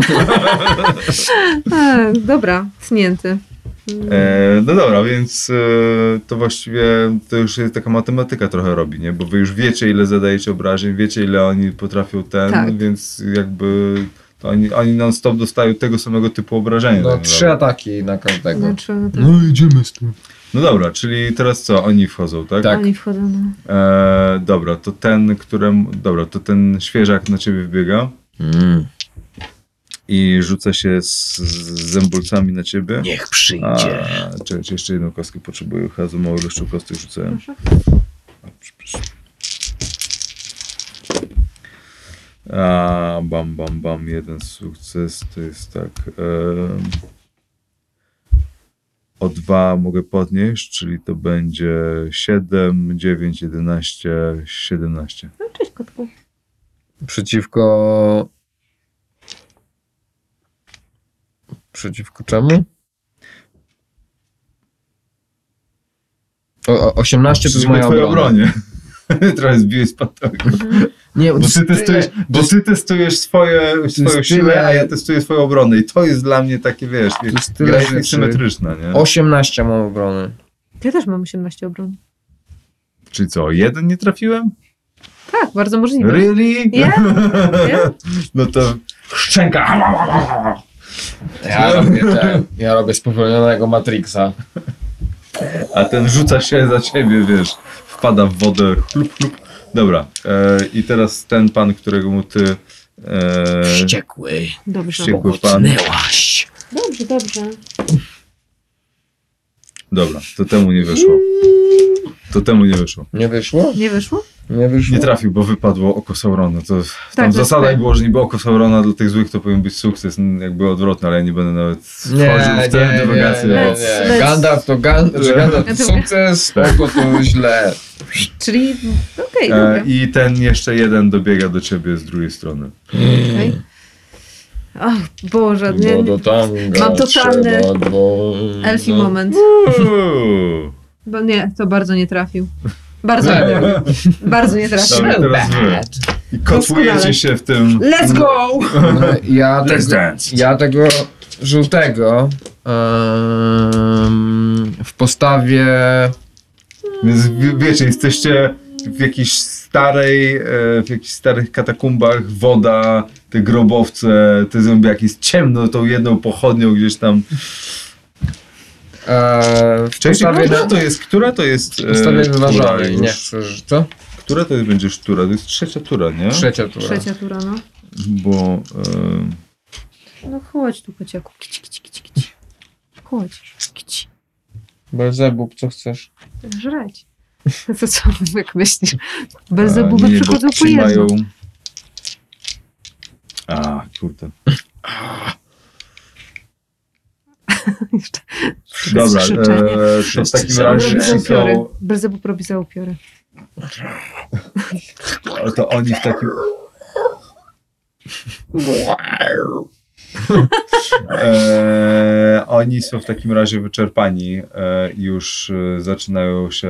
E, dobra, tnięty. E, no dobra, więc e, to właściwie to już jest taka matematyka trochę robi, nie? Bo wy już wiecie, ile zadajecie obrażeń, wiecie, ile oni potrafią ten, Tak. więc jakby to oni, oni non-stop dostają tego samego typu obrażenia. No tak trzy naprawdę. ataki na każdego. Znaczy, tak, No idziemy z tym. No dobra, czyli teraz co? Oni wchodzą, tak? Tak. oni wchodzą na... E, dobra, to ten, któremu. Dobra, to ten świeżak na ciebie wbiega Mm. i rzuca się z, z zębolcami na ciebie. Niech A, przyjdzie. czekaj, jeszcze jedną kostkę potrzebuję. Chyba za mało ilością kostek rzucałem. Proszę. A, przepraszam. A, bam, bam, bam, jeden sukces, to jest tak. em, o dwa mogę podnieść, czyli to będzie siedem, dziewięć, jedenaście, siedemnaście. No, cześć, kotku. Przeciwko... Przeciwko czemu? O, o, osiemnaście to jest Przeciwko moja twojej obrona. obronie. Trochę zbiłeś z pantofli. Nie, Bo ty testujesz, bo ty testujesz swoje, swoją tyle- siłę, a ja testuję swoją obronę. I to jest dla mnie takie, wiesz, jest tyle gra jest rzeczy. niesymetryczna, nie? osiemnaście mam obrony. Ja też mam osiemnaście obron. Czyli co, jeden nie trafiłem? Tak, bardzo możliwe. Really? Nie? Nie? No to szczęka. Ja robię ten, ja robię spowolnionego Matrixa. A ten rzuca się za ciebie, wiesz, wpada w wodę, chlup, chlup. Dobra, e, i teraz ten pan, którego mu ty... E, Wściekły. Dobrze. Wściekły pan. Tnęłaś. Dobrze, dobrze. Dobra, to temu nie wyszło. To temu nie wyszło. Nie wyszło? Nie wyszło? Nie wyszło. Nie trafił, bo wypadło oko Saurona. To, tam Tak, w to jest zasadach tak. było, że niby oko Saurona dla tych złych to powinien być sukces, n- jakby odwrotny, ale ja nie będę nawet wchodził Nie, w tę nie, nie, dywagację. nie, bo- Let's- nie. let's- Gandalf to Gandalf, że Gandalf to Ja to- sukces, oko to źle. Czyli, okej, E, dobra. I ten jeszcze jeden dobiega do ciebie z drugiej strony. Okej. Ach, Boże, nie, Bo do tanga Mam totalny trzeba dwo... elfi no. moment. Uuu. Bo nie, to bardzo nie trafił. Bardzo nie Nie. trafił. Bardzo nie trafił. Dobra, teraz wy. I kotłujecie Doskonale. się w tym... Let's go! No, ja, Let's tego, dance. ja tego żółtego em, w postawie Więc wie- wiecie, jesteście w jakiejś starej, e, w jakichś starych katakumbach, woda, te grobowce, te zombiaki, jest ciemno tą jedną pochodnią gdzieś tam. e, w Cześć, postawie, która na, to jest, która to jest w postawie e, tura wyważonej. już? Nie chcesz, co? Która to jest, będzie tura? To jest trzecia tura, nie? Trzecia tura. Trzecia tura, no. Bo... E, No chodź tu, kociaku. Kici, kici, kici, kici. Chodź. Kici. Belzebub, co chcesz? Żreć. To co, jak myślisz? a, Belzebuby nie, bo przychodzą po trzymają... jedno. A, kurde. Jeszcze Dobra, krzyczenie. e, to w Wszyscy takim są razie robi ci zaupiory. są... Belzebub robi zaupiory. To oni w takim... Eee, oni są w takim razie wyczerpani e, i już e, zaczynają się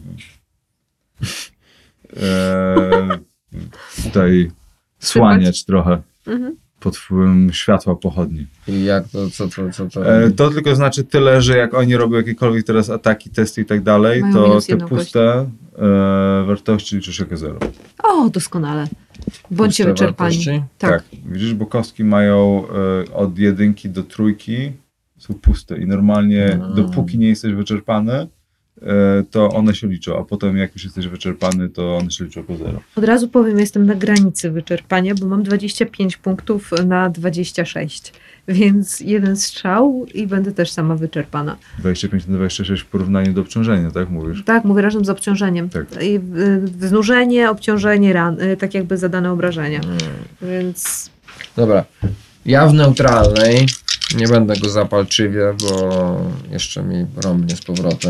e, tutaj słaniać trochę Mhm. pod wpływem światła pochodni. I jak to, co to, co to? E, to tylko znaczy tyle, że jak oni robią jakiekolwiek teraz ataki, testy i tak dalej, Mają to minus te jedną puste e, wartości liczysz jako zero. O, doskonale. Bądźcie Puste wyczerpani. wartości? Tak. Widzisz, bo kostki mają e, od jedynki do trójki są puste i normalnie Mm. dopóki nie jesteś wyczerpany, e, to one się liczą, a potem jak już jesteś wyczerpany, to one się liczą jako zero. Od razu powiem, jestem na granicy wyczerpania, bo mam dwadzieścia pięć punktów na dwadzieścia sześć. Więc jeden strzał i będę też sama wyczerpana. dwadzieścia pięć na dwadzieścia sześć w porównaniu do obciążenia, tak mówisz? Tak, mówię razem z obciążeniem. Tak. I, y, znużenie, obciążenie, ran, y, tak jakby zadane obrażenia. Mm. Więc Dobra. Ja w neutralnej. Nie będę go zapalczywie, bo jeszcze mi rąbnie z powrotem.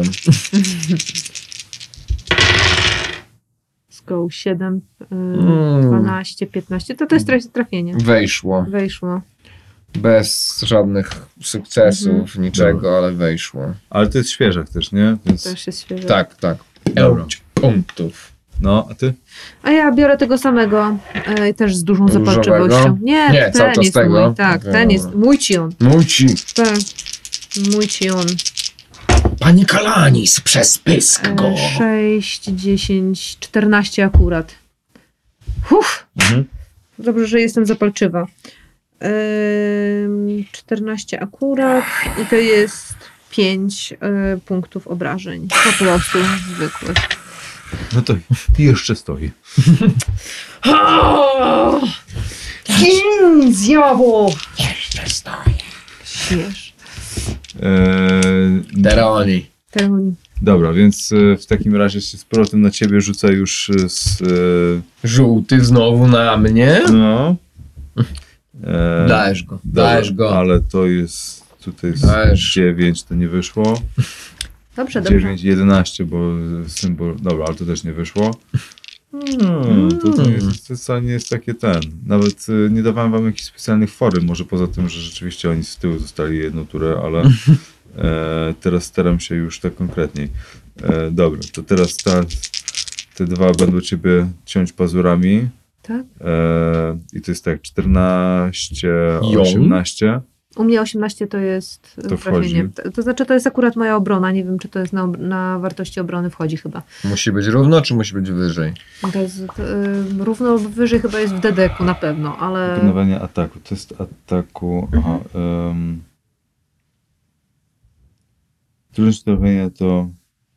z go siedem, y, Mm. dwanaście, piętnaście. To to jest traf- trafienie. Wejszło. Wejszło. Bez żadnych sukcesów, niczego, ale wejszło. Ale to jest świeżak też, nie? Więc... To już jest świeże. Tak, tak. Dobra. Pięć punktów. No, a ty? A ja biorę tego samego, y, też z dużą Różowego? zapalczywością. Nie, Nie, ten cały czas jest tego? mój. Tak, Okej, ten dobra. jest mój ci on. Mój ci. Tak. Mój ci on. Pani Kalanis, przez pysk go. E, sześć, dziesięć, czternaście akurat. Uff, Mhm. dobrze, że jestem zapalczywa. Ym, czternaście akurat i to jest pięć y, punktów obrażeń. Po prostu zwykłych. No to jeszcze stoi. Gin, zjawo! Jeszcze stoję. Śmiesz. Eee, Deroni. Ten dobra, więc e, w takim razie się z powrotem na ciebie rzucę już e, z... E, Żółty znowu na mnie. no. E, Dajesz go. dobra, Dajesz go. ale to jest... Tutaj jest Dajesz. dziewięć, to nie wyszło. Dobrze, dobrze. dziewięć, jedenaście, bo symbol... Dobra, ale to też nie wyszło. Hmm, to, to, jest, to wcale nie jest takie ten. Nawet e, nie dawałem wam jakichś specjalnych forym, może poza tym, że rzeczywiście oni z tyłu zostali jedną turę, ale e, teraz staram się już tak konkretniej. E, dobra, to teraz ta, te dwa będą ciebie ciąć pazurami. Tak? E, I to jest tak, czternaście, Ją? osiemnaście. U mnie osiemnaście to jest To trafienie. wchodzi. To, to znaczy, to jest akurat moja obrona. Nie wiem, czy to jest na, na wartości obrony wchodzi chyba. Musi być równo, czy musi być wyżej? To jest to, y, równo lub wyżej chyba jest w dedeku na pewno, ale Wykonywanie ataku. To jest ataku. Aha. Um, trudność trafienia to.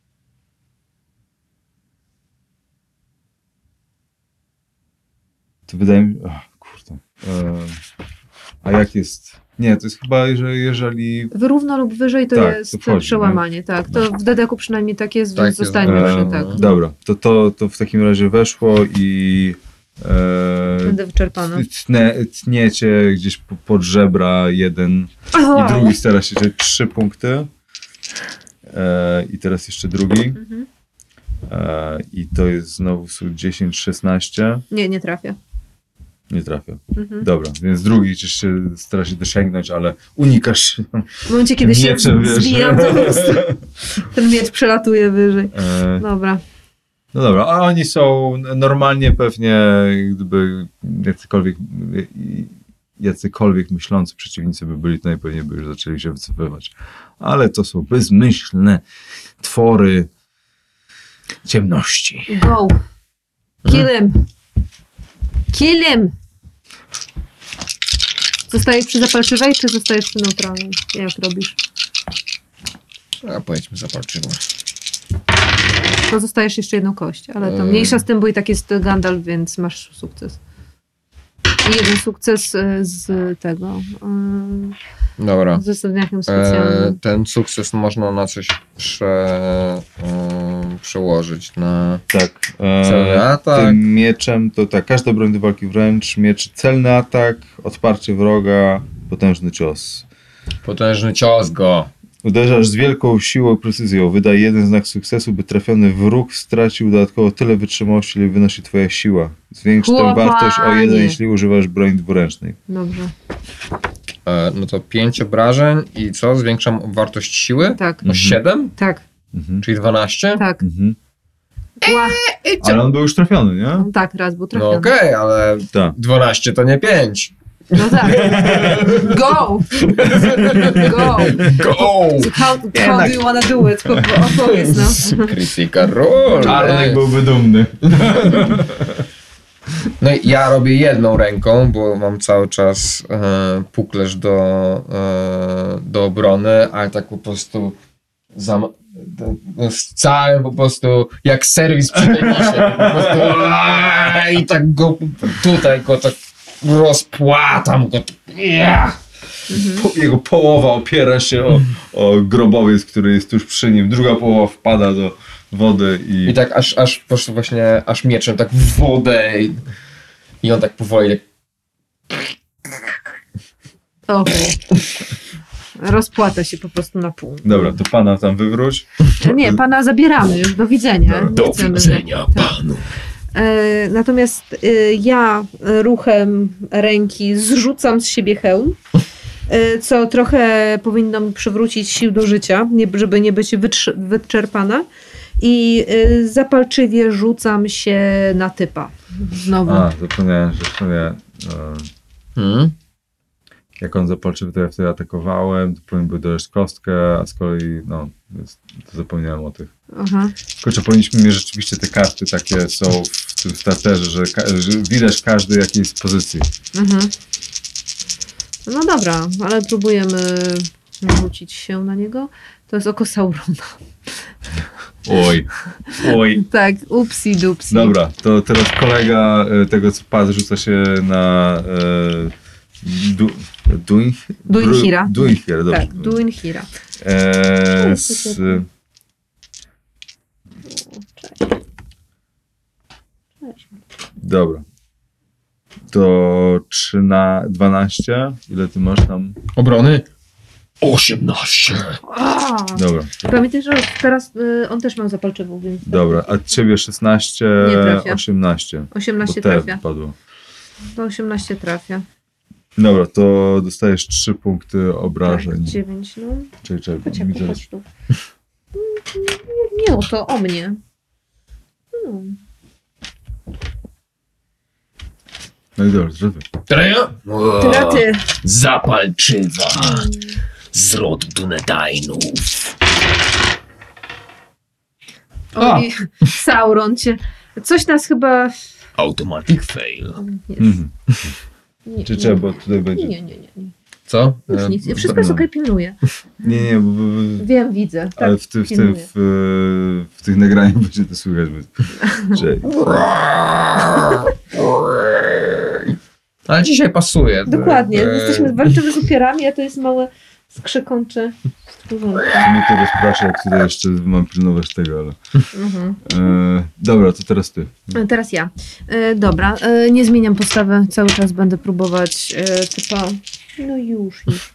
To wydaje mi się. Ach, kurde. Um, a jak jest. Nie, to jest chyba, że jeżeli. równo lub wyżej to Tak, jest to wchodzi, przełamanie, tak. To w dedeku przynajmniej tak jest, Tak więc jest. zostańmy E, przy tak. Dobra, to, to, to w takim razie weszło i. E, Będę wyczerpana. tnę, tniecie gdzieś po, pod żebra jeden. I drugi stara się dać trzy punkty. E, I teraz jeszcze drugi. Mhm. E, I to jest znowu są dziesięć, szesnaście. Nie, nie trafię. Nie trafia. Mhm. Dobra, więc drugi gdzieś się stara się dosięgnąć, ale unikasz. W momencie, kiedy się Mieczem, wiesz. zbijam, to po prostu ten miecz przelatuje wyżej. E, Dobra. no dobra, a oni są normalnie pewnie gdyby jacykolwiek, jacykolwiek myślący przeciwnicy by byli, to najpewniej by już zaczęli się wycofywać. Ale to są bezmyślne twory ciemności. Go. Kill him. Kill him. Zostajesz przy zapalczywej, czy zostajesz przy neutralnej? Jak robisz? A powiedzmy zapalczywo. To zostajesz jeszcze jedną kość, ale to Ym. mniejsza z tym, bo i tak jest Gandalf, więc masz sukces. I jeden sukces y, z tego, y, Dobra. ze stopniakiem E, specjalnym. ten sukces można na coś prze, e, przełożyć. Na Tak. Celny E, atak. Tym mieczem to tak, każda broń do walki wręcz, miecz, celny atak, odparcie wroga, potężny cios. potężny cios go. Uderzasz z wielką siłą i precyzją. Wydaj jeden znak sukcesu, by trafiony wróg stracił dodatkowo tyle wytrzymałości, ile wynosi twoja siła. Zwiększ tę Chłopanie. wartość o jeden, jeśli używasz broni dwuręcznej. Dobrze. E, no to pięć obrażeń i co? Zwiększam wartość siły? Tak, O siedem? tak, Mhm. Czyli dwanaście? tak. Mhm. Ła, Ale on był już trafiony, nie? tak, raz był No trafiony. okej, ale Tak. dwanaście to nie pięć. No tak. Go! Go! Go! So how, how do you wanna do it? Po- po- Opowiedz nam. Krytyka roll. Czarnek byłby dumny. No i ja robię jedną ręką, bo mam cały czas e, puklerz do, e, do obrony, ale tak po prostu zam, no, z całym po prostu jak serwis przy tenisie. Po prostu aaa, i tak go tutaj go tak rozpłatam go. Ja. Po, jego połowa opiera się o, o grobowiec, który jest tuż przy nim. Druga połowa wpada do wody i... I tak aż, aż po prostu właśnie aż mieczem tak w wodę i, i on tak powoli tak, Okej. Rozpłata się po prostu na pół. Dobra, to pana tam wywróć. Nie, pana zabieramy już, do widzenia. Nie Do chcemy, widzenia tak. panu. E, natomiast e, ja ruchem ręki zrzucam z siebie hełm, e, co trochę powinno mi przywrócić sił do życia, nie, żeby nie być wytrz- wyczerpana. I e, zapalczywie rzucam się na typa. Znowu. A, zapomniałem, że w sumie... E, hmm? jak on zapalczywy, to ja wtedy atakowałem, to powinien był dojść kostkę, a z kolei, no, jest, to zapomniałem o tych. Aha. Kurczę, powinniśmy mieć rzeczywiście te karty takie są w tym starterze, że, ka- że widać każdy jakiej z pozycji. Mhm. No dobra, ale próbujemy rzucić się na niego. To jest oko Saurona. Oj, oj. Tak, upsi dupsi. Dobra, to teraz kolega e, tego, co padł, rzuca się na e, du, Duin, Duinhira. Duinhira, dobrze. Tak, Duinhira. E, z, dobra. To trzy na dwanaście. Ile ty masz tam? Obrony? osiemnaście. A, Dobra, pamiętaj, że teraz y, on też miał zapalczywą, więc dobra. A ciebie szesnaście, Nie trafia. osiemnaście. osiemnaście Bo te trafia. padło. To osiemnaście trafia. Dobra, to dostajesz trzy punkty Tak, obrażeń. dziewięć, no. Czekaj, czekaj, Chodź, mi Jaku, zaraz- chodź tu. Nie, nie o to, o mnie. No. No i dobra, zrobię. Treja? Traty. Zapalczywa. Z rodu Dunedainów. Oj, Sauron cię. Coś nas chyba... Automatic fail. Nie, Mhm. nie, Czy trzeba, bo tutaj będzie... nie, nie, nie, nie. Co? Już E, nic. Wszystko jest no. okej, pilnuję. Nie, nie, bo... bo, bo Wiem, widzę. Tak, ale w, ty, w, tym, pilnuję. w, w tych nagraniach będzie to słychać. Bo... Czekaj. Ale dzisiaj pasuje. Dokładnie. E, Jesteśmy walczymy z upierami, a to jest małe skrzykończe stworzonko. To mnie to rozprasza, jak tutaj jeszcze mam pilnować tego, ale... Mhm. E, dobra, to teraz ty. E, Teraz ja. E, dobra, e, nie zmieniam postawy. Cały czas będę próbować e, typa... No już, już.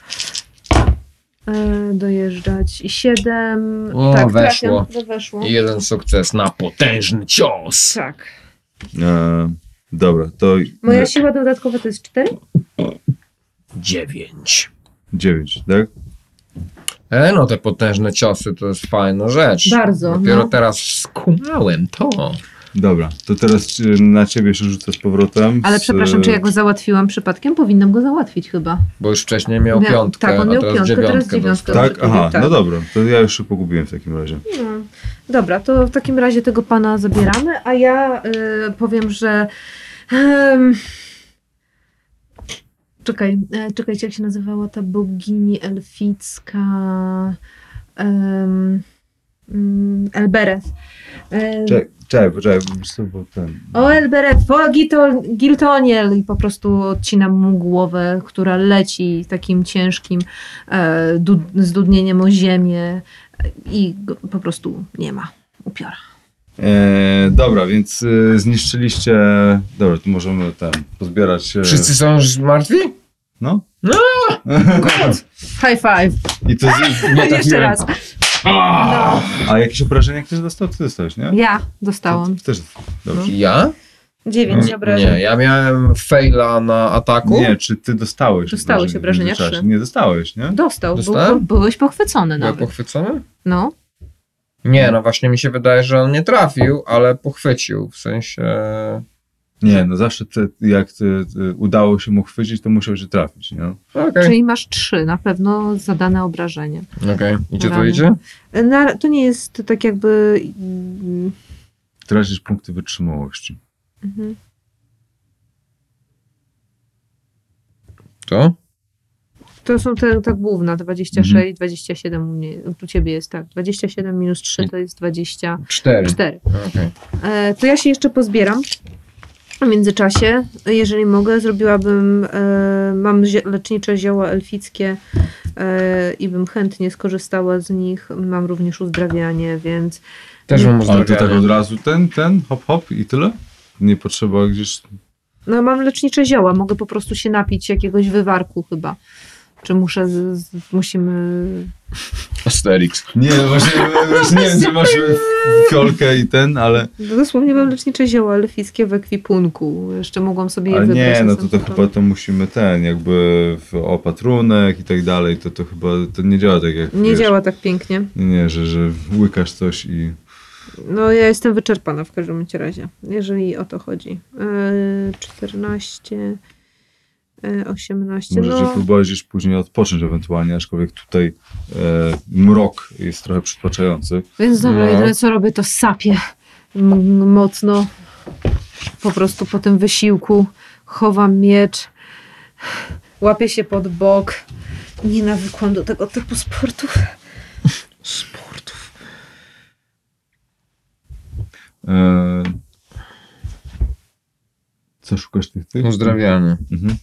E, dojeżdżać. I siedem... O, tak, weszło. trafiam, że weszło. I jeden sukces na pot. Potężny cios. Tak. E, dobra, to... Moja siła dodatkowa to jest cztery? Dziewięć. dziewięć, tak? E, no te potężne ciosy to jest fajna rzecz. Bardzo, Dopiero no. teraz skumałem to. Dobra, to teraz e, na ciebie się rzucę z powrotem. Ale z, przepraszam, czy ja go załatwiłam przypadkiem? Powinnam go załatwić chyba. Bo już wcześniej miał Miał- piątkę, tak, on a miał teraz piątkę, teraz dziewiątkę dziewiątkę. dostał. Tak? Aha, Tak. no dobra, to ja już się pogubiłem w takim razie. No. Dobra, to w takim razie tego pana zabieramy, a ja y, powiem, że... em, czekaj, e, czekajcie, jak się nazywała ta bogini elficka... Um, Elbereth. E, Czekaj, czekaj, poczekaj, bo wiesz co, bo ten... O Elbereth, o Gitol- Giltoniel i po prostu odcinam mu głowę, która leci takim ciężkim e, du- zdudnieniem o ziemię e, i go po prostu nie ma upiora. E, dobra, więc e, zniszczyliście... Dobra, to możemy ten, pozbierać się... Wszyscy są już martwi? No? High five. I to z... Nie Jeszcze trafiłem. raz. No, A jakieś obrażenia ktoś dostał? Ty dostałeś, nie? ja dostałam. Ty też. Dobrze. Ja? Dziewięć obrażeń. Nie, ja miałem faila na ataku. Nie, czy ty dostałeś Dostałeś obrażenia w międzyczasie? trzy. Nie dostałeś, nie? Dostał, był, Dostałem? byłeś pochwycony Byłem nawet. pochwycony? No. Nie, no właśnie mi się wydaje, że on nie trafił, ale pochwycił. W sensie... Nie, no zawsze te, jak ty, ty, udało się mu chwycić, to musiał się trafić, nie? Okej. Czyli masz trzy, na pewno zadane obrażenia. Okej. Idzie to Rany. idzie? Na, to nie jest tak jakby... mm, Tracisz punkty wytrzymałości. mhm. To? To są te, ta główna, dwadzieścia sześć, Mhm. dwadzieścia siedem u mnie, u ciebie jest tak. dwadzieścia siedem minus trzy to jest dwadzieścia Cztery. cztery. Okej. E, to ja się jeszcze pozbieram. W międzyczasie, jeżeli mogę, zrobiłabym, e, mam zi- lecznicze zioła elfickie e, i bym chętnie skorzystała z nich. Mam również uzdrawianie, więc Też mam Ale to tak uzdrawianie. od razu ten, ten, hop, hop i tyle? Nie potrzeba gdzieś... no mam lecznicze zioła, mogę po prostu się napić jakiegoś wywarku chyba. Czy muszę, z, z, musimy... Asterix. Nie, no właśnie, właśnie nie wiem, czy masz fiolkę i ten, ale... No dosłownie mam lecznicze zioła elfickie w ekwipunku. Jeszcze mogłam sobie je Ale wybrać. nie, na no sam to, to początek. chyba to musimy ten, jakby w opatrunek i tak dalej, to to chyba to nie działa tak jak... Nie wiesz, działa tak pięknie. Nie, nie, że, że łykasz coś i... No ja jestem wyczerpana w każdym bądź razie, jeżeli o to chodzi. Yy, czternaście, yy, osiemnaście, Możecie no próbować już później odpocząć ewentualnie, aczkolwiek tutaj e, mrok jest trochę przytłaczający. więc dobra, No. jedyne co robię to sapię m- mocno, po prostu po tym wysiłku chowam miecz, łapię się pod bok, nie nawykłam do tego typu sportów. Sportów. E, co szukasz tych tych? Uzdrawianie. Mhm.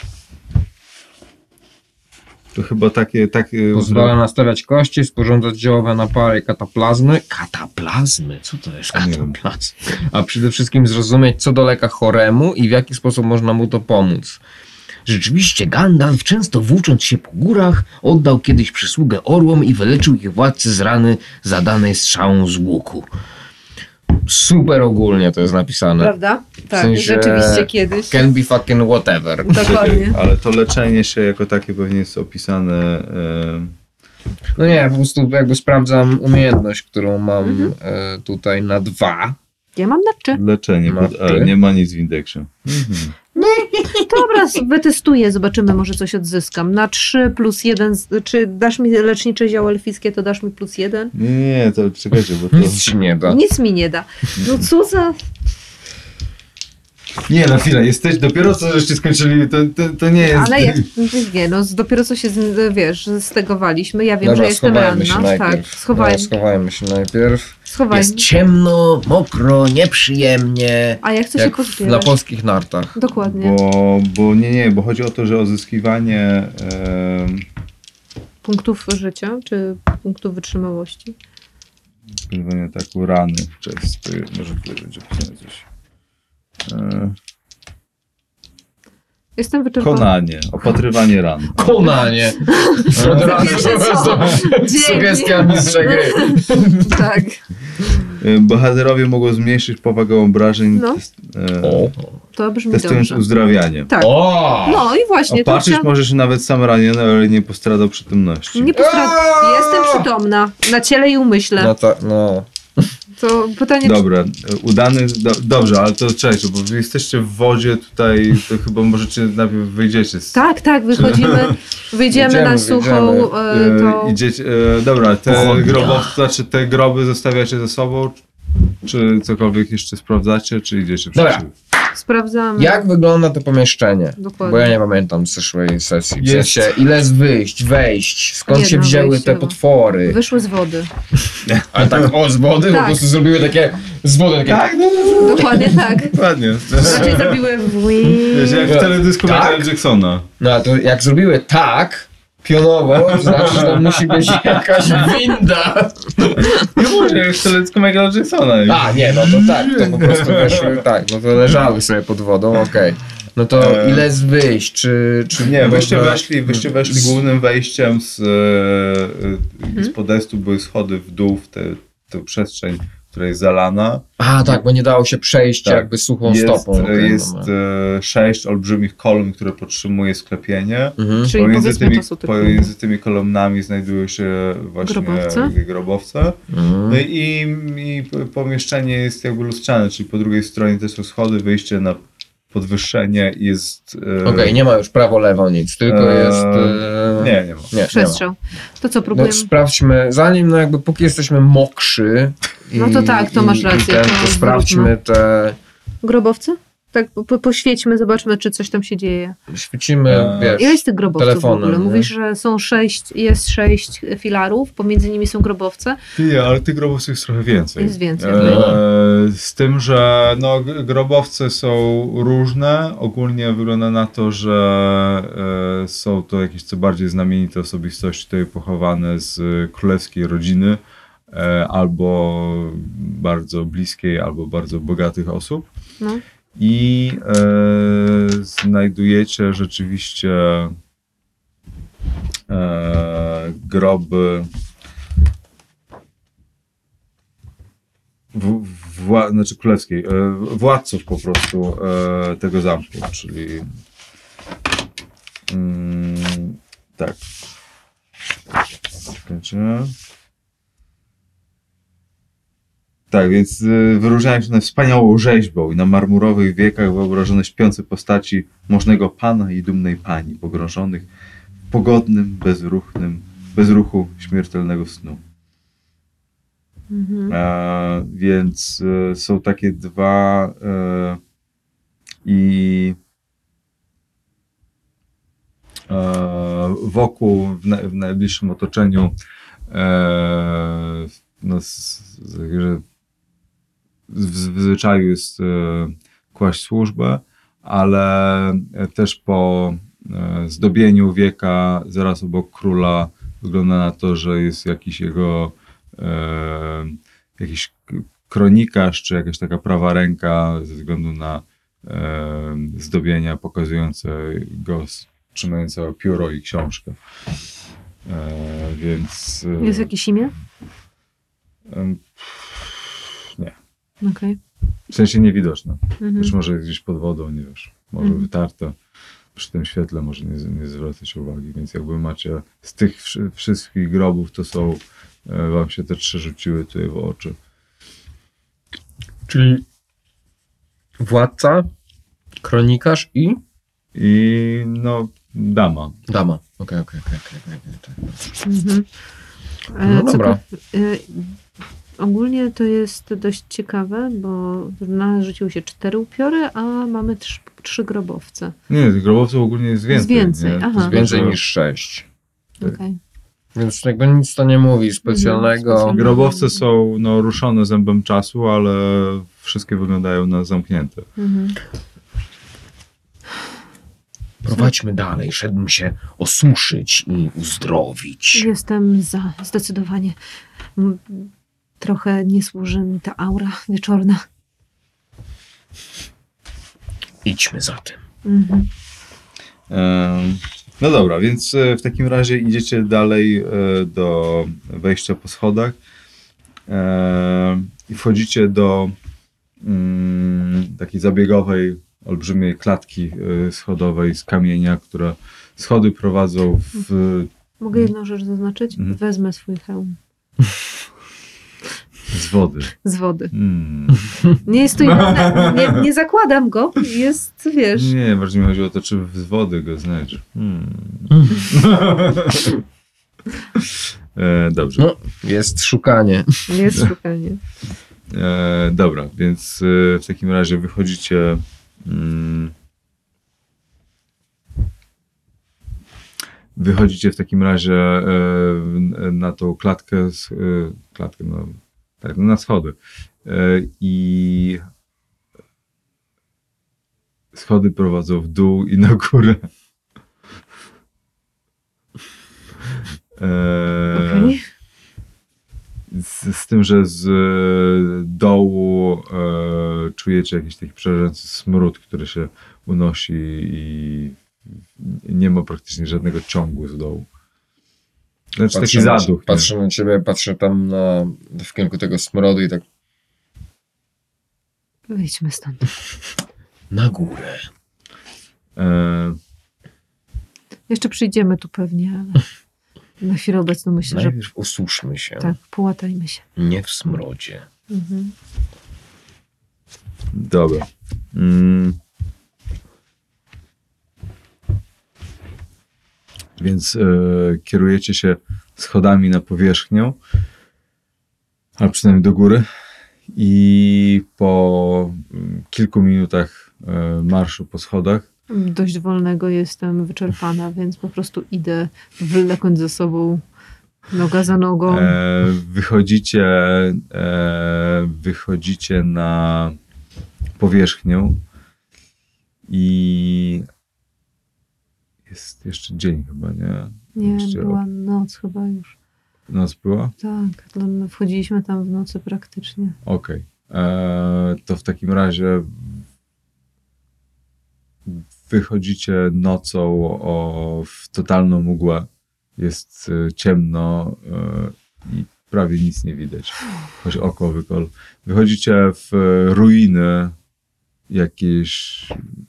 To chyba takie... takie Pozwala nastawiać kości, sporządzać ziołowe napary kataplazmy. Kataplazmy? Co to jest Nie wiem. kataplazm? A przede wszystkim zrozumieć, co doleka choremu i w jaki sposób można mu to pomóc. Rzeczywiście Gandalf, często włócząc się po górach, oddał kiedyś przysługę orłom i wyleczył ich władcy z rany zadanej strzałą z łuku. Super ogólnie to jest napisane. Prawda? Tak, sensie- rzeczywiście kiedyś. Can be fucking whatever. Dokładnie. Ale to leczenie się jako takie pewnie jest opisane... E, No nie, po prostu jakby sprawdzam umiejętność, którą mam Mhm. e, tutaj na dwa. Ja mam na trzy. leczenie, Ma pod, ale ty? nie ma nic w indeksie. Mhm. Dobra, wytestuję, zobaczymy, może coś odzyskam. Na trzy plus jeden, z- czy dasz mi lecznicze zioło elfickie, to dasz mi plus jeden? Nie, nie, nie, to czekajcie, bo to... Nic ci nie da. Nic mi nie da. No co za... Nie, na chwilę, jesteś dopiero co żeście skończyli, to, to, to nie jest... Ale jak, nie no, dopiero co się, z, wiesz, stegowaliśmy, ja wiem, Dobra, że jestem schowajmy się ranna. Tak, najpierw. schowajmy, No, schowajmy się najpierw. schowajmy. Jest ciemno, mokro, nieprzyjemnie. A ja chcę się Jak w, na pozbierać. polskich nartach. Dokładnie. Bo, bo nie, nie, bo chodzi o to, że odzyskiwanie... em, Punktów życia, czy punktów wytrzymałości? Wykonywanie ataku rany. Cześć, to jest, może tutaj będzie pisane coś. E, Jestem wyczerpana. konanie, opatrywanie ran. Konanie! Od razu Wiecie co? Dzięki. sugestia mistrza gry. Tak. E, Bohaterowie mogą zmniejszyć powagę obrażeń, No. test, e, O! To brzmi testując dobrze. uzdrawianie. Tak. O! No i właśnie, to Opatrzyć chciałam... możesz nawet sam raniony, ale nie postradał przytomności. Nie postra... Jestem przytomna. Na ciele i umyśle. No tak, no. To pytanie, czy... Dobra, e, udany, do, dobrze, ale to czekajcie, bo wy jesteście w wodzie tutaj, to chyba możecie najpierw wyjdziecie z... Tak, tak, wychodzimy, wyjdziemy Wyjdziemy, na suchą, wyjdziemy. e, to... E, idziecie, e, dobra, te Pochodnia. grobowce, znaczy te groby zostawiacie ze sobą, czy cokolwiek jeszcze sprawdzacie, czy idziecie Dobra. przed siebie? Sprawdzamy. Jak wygląda to pomieszczenie? Dokładnie. Bo ja nie pamiętam z zeszłej sesji. W Jest. sensie, ile z wyjść, wejść, skąd Jedno się wzięły wejście te chyba. potwory. Wyszły z wody. Ale tak o, z wody? Tak. Po prostu zrobiły takie z wody takie... Tak, no, no, Dokładnie tak. dokładnie. Raczej zrobiły w... Wiesz, jak w teledysku Tak? Michaela Jacksona. No a to jak zrobiły tak, pionowo, to znaczy, że tam musi być jakaś winda. No może, jak w teledysku Michaela Jacksona. A, nie, no to tak, to po prostu weszły, tak, no to leżały sobie pod wodą, okej. No to E, ile z wyjść, czy... czy Nie, wyście można- weszli, wyście weszli głównym wejściem z, e, e, z podestu były schody w dół w tę tę przestrzeń, która jest zalana. A tak, bo nie dało się przejść Tak. jakby suchą Jest, stopą. Okej, jest dobra. e, sześć olbrzymich kolumn, które podtrzymuje sklepienie. Mhm. Czyli Pomiędzy powiedzmy tymi, to są te pomiędzy tymi kolumnami znajdują się właśnie Grobowce. grobowce. Mhm. No i, i pomieszczenie jest jakby lustrzane, czyli po drugiej stronie też są schody, wyjście na podwyższenie jest... e, Okej, nie ma już prawo, lewo, nic, tylko Eee, jest... e, Nie, nie ma. nie, nie ma. Przestrzał. To co, No, próbujemy? sprawdźmy, zanim, no jakby póki jesteśmy mokrzy... I, No to tak, to i- masz i rację, ten, to to sprawdźmy te... Grobowce? Tak, po, poświećmy, zobaczmy, czy coś tam się dzieje. Świecimy, Eee, wiesz... Ile jest tych grobowców telefonem, w ogóle? nie? Mówisz, że są sześć, jest sześć filarów, pomiędzy nimi są grobowce. Ty, ale tych grobowców jest trochę więcej. Jest więcej, E, okej. z tym, że no, g- grobowce są różne. Ogólnie wygląda na to, że e, są to jakieś co bardziej znamienite osobistości tutaj pochowane z królewskiej rodziny, e, albo bardzo bliskiej, albo bardzo bogatych osób. No. I e, znajdujecie rzeczywiście e, groby w, wła, znaczy królewskiej, e, władców po prostu e, tego zamku, czyli mm, tak. Czekajcie. Tak, więc y, wyróżniają się na wspaniałą rzeźbą i na marmurowych wiekach wyobrażone śpiące postaci możnego pana i dumnej pani, pogrążonych w pogodnym, bezruchnym, bezruchu śmiertelnego snu. Mhm. E, więc e, są takie dwa e, i e, wokół, w, na, w najbliższym otoczeniu e, no, z, z, że w, w zwyczaju jest e, kłaść służbę, ale też po e, zdobieniu wieka zaraz obok króla wygląda na to, że jest jakiś jego e, jakiś k- kronikarz, czy jakaś taka prawa ręka ze względu na e, zdobienia pokazujące go s- trzymającego pióro i książkę. E, więc... e, Jest jakieś imię? em, Okej. w sensie niewidoczne. Mhm. Być może jest gdzieś pod wodą, nie wiesz, może Mhm. wytarte. Przy tym świetle może nie, nie zwracać uwagi, więc jakby macie z tych wszy- wszystkich grobów, to są, e, wam się te trzy rzuciły tutaj w oczy. Czyli władca, kronikarz i I no, dama. dama. Okej, okej, okej, okej, okej, tak. Mhm. E, No co dobra. po- e, ogólnie to jest dość ciekawe, bo narzuciły się cztery upiory, a mamy trz, trzy grobowce. Nie, tych grobowców ogólnie jest więcej. więcej, nie? To aha. jest Więcej dużo. niż sześć. Tak. Okej. Więc jakby nic to nie mówi specjalnego. specjalnego. Grobowce są no, ruszone zębem czasu, ale wszystkie wyglądają na zamknięte. Mhm. Prowadźmy dalej, szedłbym się osuszyć i uzdrowić. Jestem za, zdecydowanie. M, Trochę nie służy mi ta aura wieczorna. Idźmy zatem. Mhm. Em, No dobra, więc e, w takim razie idziecie dalej e, do wejścia po schodach Em, i wchodzicie do mm, takiej zabiegowej, olbrzymiej klatki e, schodowej z kamienia, która schody prowadzą w... Mogę jedną rzecz zaznaczyć? Mhm. Wezmę swój hełm z wody. z wody. Mm. Nie jest to jedyne, nie, nie zakładam go. Jest, wiesz, Nie, bardziej mi chodzi o to, czy z wody go znajdziesz. Hmm. e, dobrze. No, jest szukanie. jest szukanie. E, dobra, więc e, w takim razie wychodzicie mm, wychodzicie w takim razie e, na tą klatkę, z, e, klatkę no, tak, no, na schody e, i schody prowadzą w dół i na górę. E, Okej. z, z tym, że z e, dołu e, czujecie jakiś taki przerażający smród, który się unosi i nie ma praktycznie żadnego ciągu z dołu. Znaczy taki na- zaduch. nie? Patrzę na ciebie, patrzę tam na, w kierunku tego smrodu i tak Wyjdźmy stąd. Na górę. E, Jeszcze przyjdziemy tu pewnie, ale na chwilę obecną myślę, że Najpierw osuszmy się. tak, połatajmy się. Nie w smrodzie. Mhm. dobra. Mm. Więc e, kierujecie się schodami na powierzchnię, a przynajmniej do góry. I po mm, kilku minutach e, marszu po schodach Dość wolnego jestem wyczerpana, więc po prostu idę wlekąc ze sobą noga za nogą. e, wychodzicie, e, wychodzicie na powierzchnię i jest jeszcze dzień chyba, nie? Nie, Jeszcze była noc chyba już. Noc była? Tak, to my wchodziliśmy tam w nocy praktycznie. Okej. E, To w takim razie wychodzicie nocą o, w totalną mgłę. Jest e, ciemno e, i prawie nic nie widać. Choć oko wykol. Wychodzicie w e, ruiny jakiejś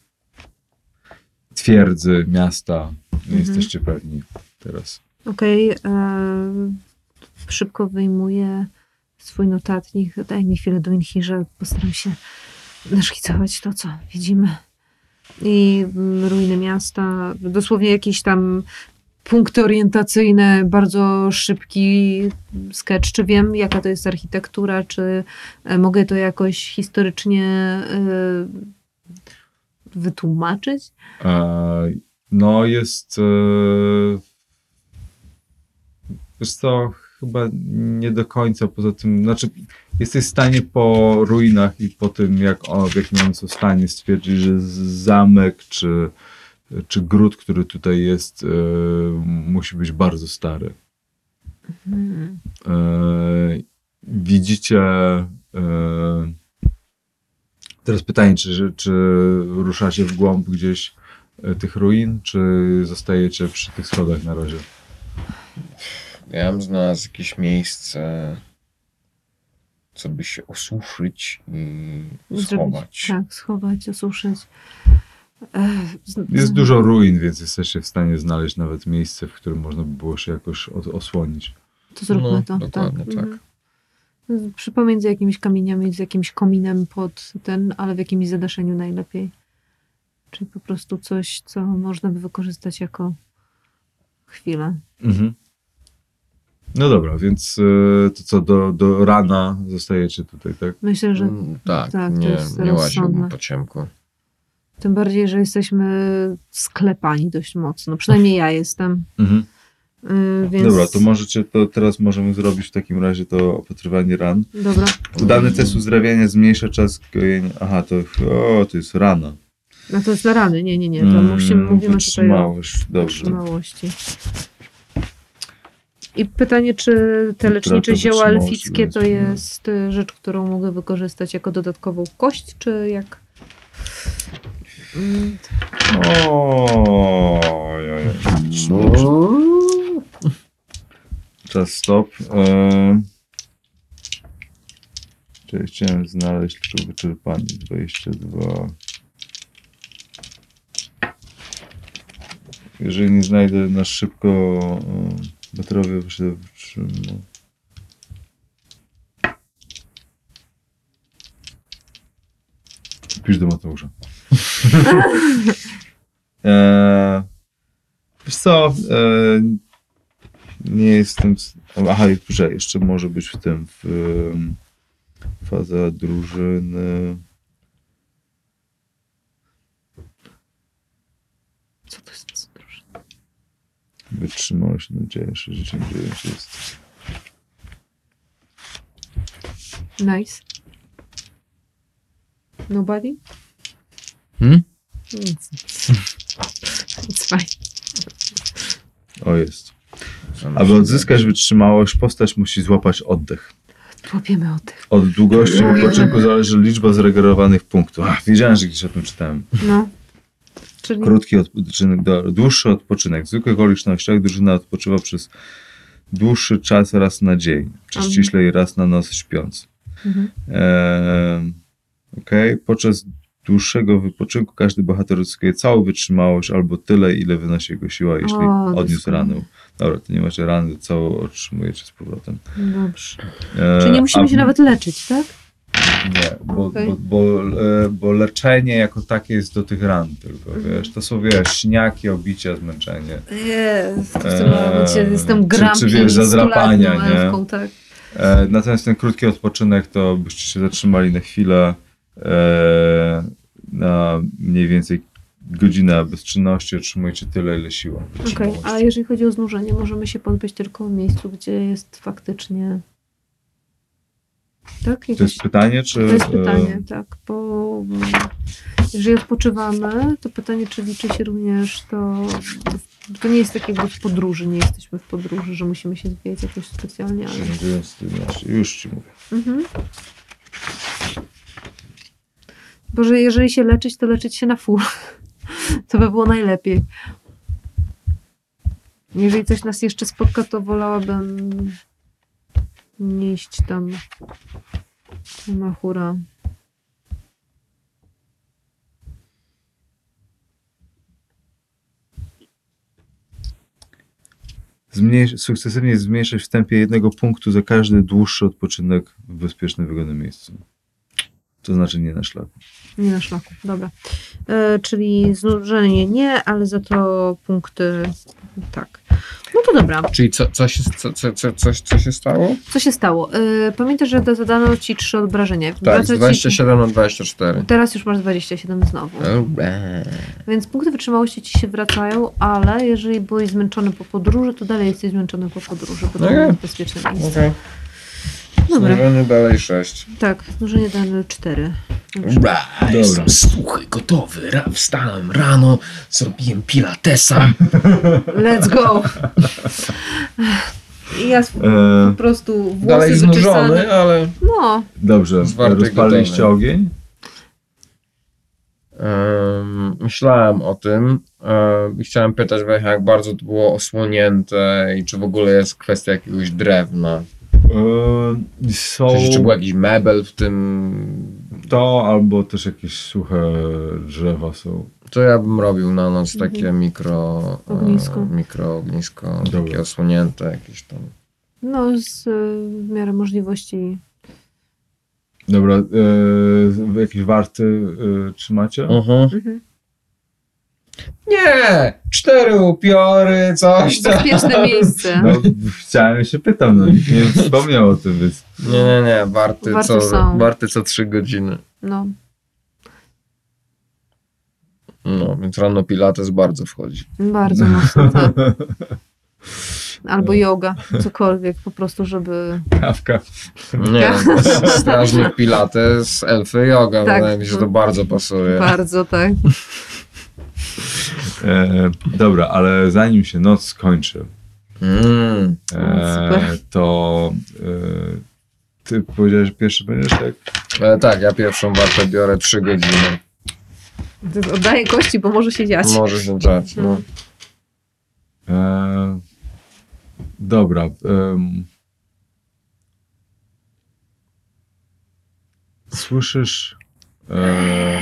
twierdzy, miasta. Nie Mhm. jesteście pewni teraz. Okej, e, szybko wyjmuję swój notatnik. Daj mi chwilę do Inhirze, postaram się naszkicować to, co widzimy. I mm, ruiny miasta, dosłownie jakieś tam punkty orientacyjne, bardzo szybki sketch. Czy wiem, jaka to jest architektura, czy e, mogę to jakoś historycznie e, wytłumaczyć? E, No jest... e, Wiesz co, chyba nie do końca, poza tym, znaczy jesteś w stanie po ruinach i po tym, jak o, w jakim on są w stanie stwierdzić, że z- zamek czy, czy gród, który tutaj jest, e, musi być bardzo stary. Hmm. E, widzicie... E, teraz pytanie, czy, czy ruszacie w głąb gdzieś e, tych ruin, czy zostajecie przy tych schodach na razie? Ja bym znalazł jakieś miejsce, co by się osuszyć i schować. Tak, schować, osuszyć. E, z- Jest dużo ruin, więc jesteście w stanie znaleźć nawet miejsce, w którym można by było się jakoś os- osłonić. To zróbmy No, to. dokładnie tak. Mhm. Przy pomiędzy jakimiś kamieniami, z jakimś kominem pod ten, ale w jakimś zadaszeniu najlepiej. Czyli po prostu coś, co można by wykorzystać jako chwilę. Mhm. No dobra, więc e, to co, do, do rana zostajecie tutaj, tak? Myślę, że Mm, tak, tak, to nie, jest nie łaziłbym rozsądne. po ciemku. tym bardziej, że jesteśmy sklepani dość mocno. Przynajmniej ja jestem. Mhm. Yy, więc... Dobra, to możecie, to teraz możemy zrobić w takim razie to opatrywanie ran. Dobra. Dany test uzdrawiania zmniejsza czas gojenia. Aha, to, o, to jest rana. No to jest na rany. Nie, nie, nie. To Mm, musimy, mówimy tutaj o wytrzymałość, dobrze. wytrzymałości. I pytanie, czy te lecznicze Utrata zioła wytrzymałości elfickie to będzie. jest y, rzecz, którą mogę wykorzystać jako dodatkową kość, czy jak? Mm, Ojej. Czas stop. Eee, Czyli chciałem znaleźć tylko wyczerpanie dwadzieścia dwa. Jeżeli nie znajdę na szybko e, metrowy się wytrzymał. Pisz do Mateusza. eee, wiesz co? Eee, nie jestem... s- Aha, że jeszcze może być w tym... W, em, faza drużyny... co to jest za drużyna? Wytrzymałość, nadzieja, sześćdziesiąt dziewięć jest... Nice. Nobody? Hmm? Nic. It's fine. O, jest. Aby odzyskać wytrzymałość, postać musi złapać oddech. Łapiemy oddech. Od długości wypoczynku zależy liczba zregenerowanych punktów. Ach, wiedziałem, że gdzieś o tym czytałem. No. Czyli Krótki odpoczynek, do- dłuższy odpoczynek. W zwykłych okolicznościach drużyna odpoczywa przez dłuższy czas raz na dzień, czy Mhm. ściślej raz na noc śpiąc. Mhm. Eee, Okay? Podczas dłuższego wypoczynku każdy bohater uzyskuje całą wytrzymałość albo tyle, ile wynosi jego siła, jeśli O, odniósł doskonale. ranę. Dobra, to nie macie rany, to całą otrzymujecie z powrotem. Dobrze. E, Czyli nie musimy a- się nawet leczyć, tak? Nie, bo, Okej. bo, bo, e, bo leczenie jako takie jest do tych ran tylko, Mhm. wiesz, to są, wiesz, śniaki, obicia, zmęczenie. Jest, w tym Eee, momencie jestem czy- grampim, czy wiesz, zadrapania, stuletnią nie? elfką, tak. E, natomiast ten krótki odpoczynek, to byście się zatrzymali na chwilę, e, na mniej więcej godzinę bezczynności, otrzymujecie tyle, ile siła. Okej, wytrzymałości. a jeżeli chodzi o znużenie, możemy się pozbyć tylko w miejscu, gdzie jest faktycznie... Tak? To Jakieś... jest pytanie, czy... To jest e, pytanie, tak, bo mm, jeżeli odpoczywamy, to pytanie, czy liczy się również to... To nie jest tak jakby w podróży, nie jesteśmy w podróży, że musimy się zwijać jakoś specjalnie, ale... Już ci mówię. Mhm. Bo że jeżeli się leczyć, to leczyć się na full. To by było najlepiej. Jeżeli coś nas jeszcze spotka, to wolałabym nie iść tam na hura. Zmniejsz, sukcesywnie zmniejszać w tempie jednego punktu za każdy dłuższy odpoczynek w bezpiecznym, wygodnym miejscu. To znaczy nie na szlaku. Nie na szlaku, dobra. E, czyli znużenie nie, ale za to punkty tak. No to dobra. Czyli co, co, się, co, co, co, coś, co się stało? Co się stało? E, pamiętaj, że zadano ci trzy obrażenia. Tak, Wraca z ci- dwadzieścia siedem na dwadzieścia cztery. Teraz już masz dwadzieścia siedem znowu. Więc punkty wytrzymałości ci się wracają, ale jeżeli byłeś zmęczony po podróży, to dalej jesteś zmęczony po podróży, bo to Okej. jest bezpieczne miejsce. Okej. Dobra, Znużenie dalej sześć. tak, znużenie dane cztery. Dobra, jestem suchy, gotowy. Ra- wstałem rano, zrobiłem pilatesa. Let's go! I ja sw- E, po prostu włosy Dalej wyczesane. znużony, ale No, dobrze, Zwarty, rozpaliliście gotowy. ogień? em, myślałem o tym em, i chciałem pytać właśnie, jak bardzo to było osłonięte i czy w ogóle jest kwestia jakiegoś drewna. E, są Czy, czy był jakiś mebel w tym? to, albo też jakieś suche drzewa są. To ja bym robił na noc Mhm. takie mikro Ognisko. E, mikro ognisko, Dobra. takie osłonięte jakieś tam. no z y, w miarę możliwości. Dobra, e, wy jakieś warty e, trzymacie? Mhm. Nie! Cztery upiory, coś tam. Bezpieczne miejsce. No, chciałem się pytam, no nikt nie wspomniał o tym, więc Nie, nie, nie, warty, Warty co, są. warty co trzy godziny. No. No, więc rano pilates bardzo wchodzi. Bardzo mocno, tak. Albo yoga, cokolwiek, po prostu, żeby... kawka. Nie, strażnik pilates, elfy yoga, Tak. wydaje mi się, że to bardzo pasuje. Bardzo, tak. E, dobra, ale zanim się noc skończy, Mm. e, super. to e, ty powiedziałeś, że pierwszy będziesz, tak? Ale tak, ja pierwszą wartę biorę trzy godziny. Oddaję kości, bo może się dziać. Może się dziać, no. E, dobra. em, słyszysz... E,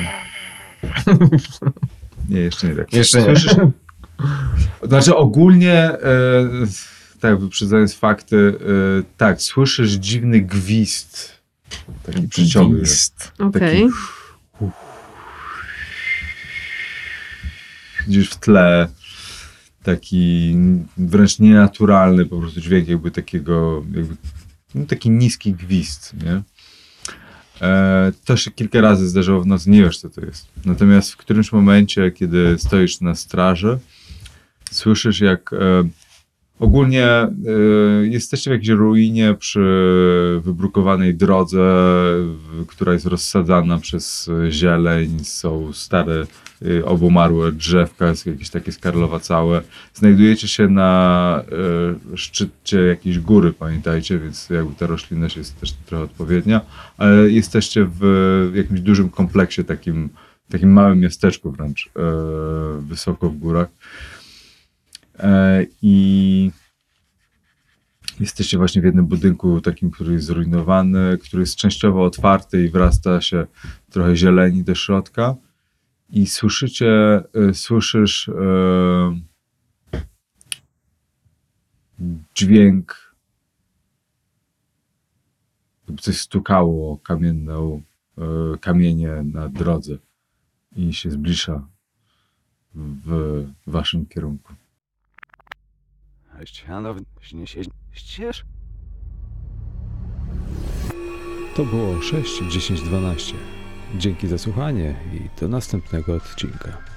nie, jeszcze nie tak. Jeszcze nie. Słyszysz, znaczy ogólnie, e, tak wyprzedzając fakty, e, tak, słyszysz dziwny gwizd. Taki przeciągły. Okej. Gdzieś w tle taki wręcz nienaturalny po prostu dźwięk jakby takiego, jakby, no taki niski gwizd, nie? E, to się kilka razy zdarzyło w nocy, nie wiesz co to jest. Natomiast w którymś momencie, kiedy stoisz na straży, słyszysz jak e, ogólnie e, jesteście w jakiejś ruinie przy wybrukowanej drodze, w, która jest rozsadzana przez zieleń, są stare e, obumarłe drzewka, jest jakieś takie skarlowacałe. Znajdujecie się na e, szczycie jakiejś góry, pamiętajcie, więc jakby ta roślinność jest też trochę odpowiednia, ale jesteście w jakimś dużym kompleksie, takim, takim małym miasteczku wręcz, e, wysoko w górach. E, I Jesteście właśnie w jednym budynku takim, który jest zrujnowany, który jest częściowo otwarty i wrasta się trochę zieleni do środka. I słyszycie, y, słyszysz y, dźwięk, jakby coś stukało o kamienną, y, kamienie na drodze i się zbliża w waszym kierunku. Ścież? To było sześć, dziesięć, dwanaście. Dzięki za słuchanie i do następnego odcinka.